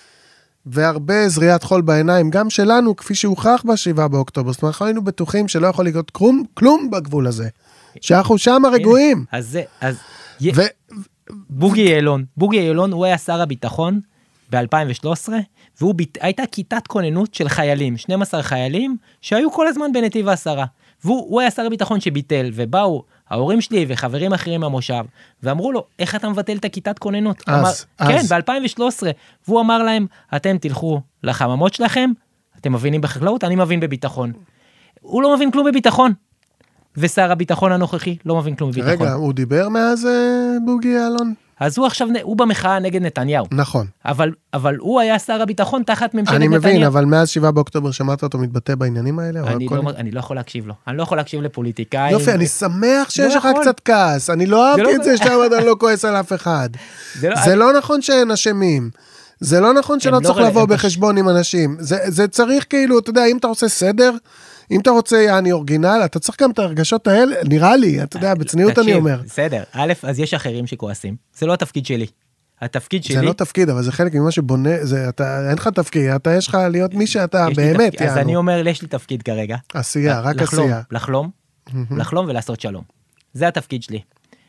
A: והרבה זריעת חול בעיניים, גם שלנו, כפי שהוכח בשבעה באוקטובר. זאת אומרת, אנחנו היינו בטוחים שלא יכול לקרות כלום, כלום בגבול הזה. שאנחנו שם הרגועים.
B: אז זה, אז... ו... בוגי יעלון, בוגי יעלון הוא היה שר הביטחון ב-אלפיים ושלוש עשרה, והייתה כיתת כוננות של חיילים, שנים עשר חיילים, שהיו כל הזמן בנתיב העשרה, והוא היה שר הביטחון שביטל, ובאו ההורים שלי וחברים אחרים מהמושב, ואמרו לו, איך אתה מבטל את הכיתת כוננות?
A: אז,
B: אמר,
A: אז.
B: כן, ב-אלפיים ושלוש עשרה, והוא אמר להם, אתם תלכו לחממות שלכם, אתם מבינים בחקלאות, אני מבין בביטחון. הוא לא מבין כלום בביטחון. ושר הביטחון הנוכחי לא מבין כלום בביטחון.
A: רגע, הוא דיבר מאז בוגי יעלון?
B: אז הוא עכשיו, הוא במחאה נגד נתניהו.
A: נכון.
B: אבל, אבל הוא היה שר הביטחון תחת ממשלת
A: נתניהו.
B: נתניהו.
A: אני מבין, אבל מאז שבעה באוקטובר שמעת אותו מתבטא בעניינים האלה?
B: אני לא, אני לא יכול להקשיב לו. אני לא יכול להקשיב לפוליטיקאים.
A: יופי, אני שמח שיש לך קצת כעס. אני לא אהבתי את זה שאתה אני לא כועס על אף אחד. זה לא נכון שאין אשמים. זה לא נכון שלא צריך לבוא בחשבון עם אנשים. זה צריך כאילו, אתה יודע, אם אתה עושה סדר, אם אתה רוצה אני אורגינל, אתה צריך גם את הרגשות האלה, נראה לי, אתה יודע, בצניעות אני אומר.
B: בסדר, א', אז יש אחרים שכועסים, זה לא התפקיד שלי. התפקיד שלי...
A: זה לא תפקיד, אבל זה חלק ממה שבונה, אין לך תפקיד, אתה יש לך להיות מי שאתה באמת.
B: אז אני אומר, יש לי תפקיד כרגע.
A: עשייה, רק עשייה.
B: לחלום, לחלום ולעשות שלום. זה התפקיד שלי.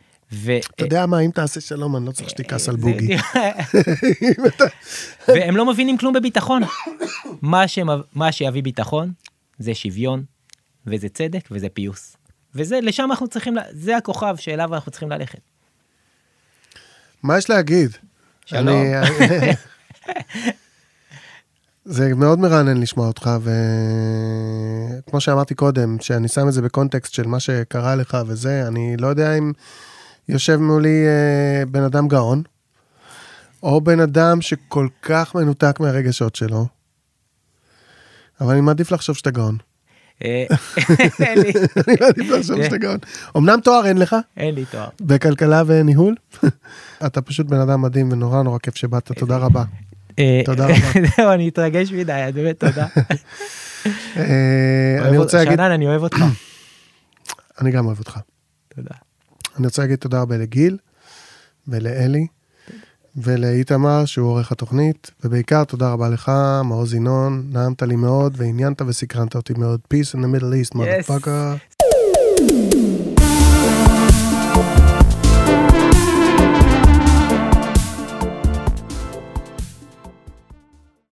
A: אתה יודע מה, אם תעשה שלום, אני לא צריך שתיקס על בוגי.
B: והם לא מבינים כלום בביטחון. מה שיביא ביטחון, זה שוויון, וזה צדק, וזה פיוס. וזה, לשם אנחנו צריכים, זה הכוכב שאליו אנחנו צריכים ללכת.
A: מה יש להגיד?
B: שלום.
A: זה מאוד מרענן לשמוע אותך, וכמו שאמרתי קודם, שאני שם את זה בקונטקסט של מה שקרה לך וזה, אני לא יודע אם יושב מולי בן אדם גאון, או בן אדם שכל כך מנותק מהרגשות שלו, אבל אני מעדיף לחשוב שאתה גאון.
B: אין לי.
A: אני מעדיף לחשוב שאתה גאון. אמנם תואר אין לך?
B: אין לי תואר.
A: בכלכלה וניהול? אתה פשוט בן אדם מדהים ונורא נורא כיף שבאת, תודה רבה. תודה רבה.
B: זהו, אני אתרגש מדי, באמת תודה.
A: אני רוצה להגיד...
B: שנן, אני אוהב אותך.
A: אני גם אוהב אותך.
B: תודה.
A: אני רוצה להגיד תודה רבה לגיל, ולאלי, ולאיתמר, שהוא עורך התוכנית, ובעיקר תודה רבה לך, מעוז ינון, נעמת לי מאוד, ועניינת וסקרנת אותי מאוד. Peace in the Middle East, motherfucker.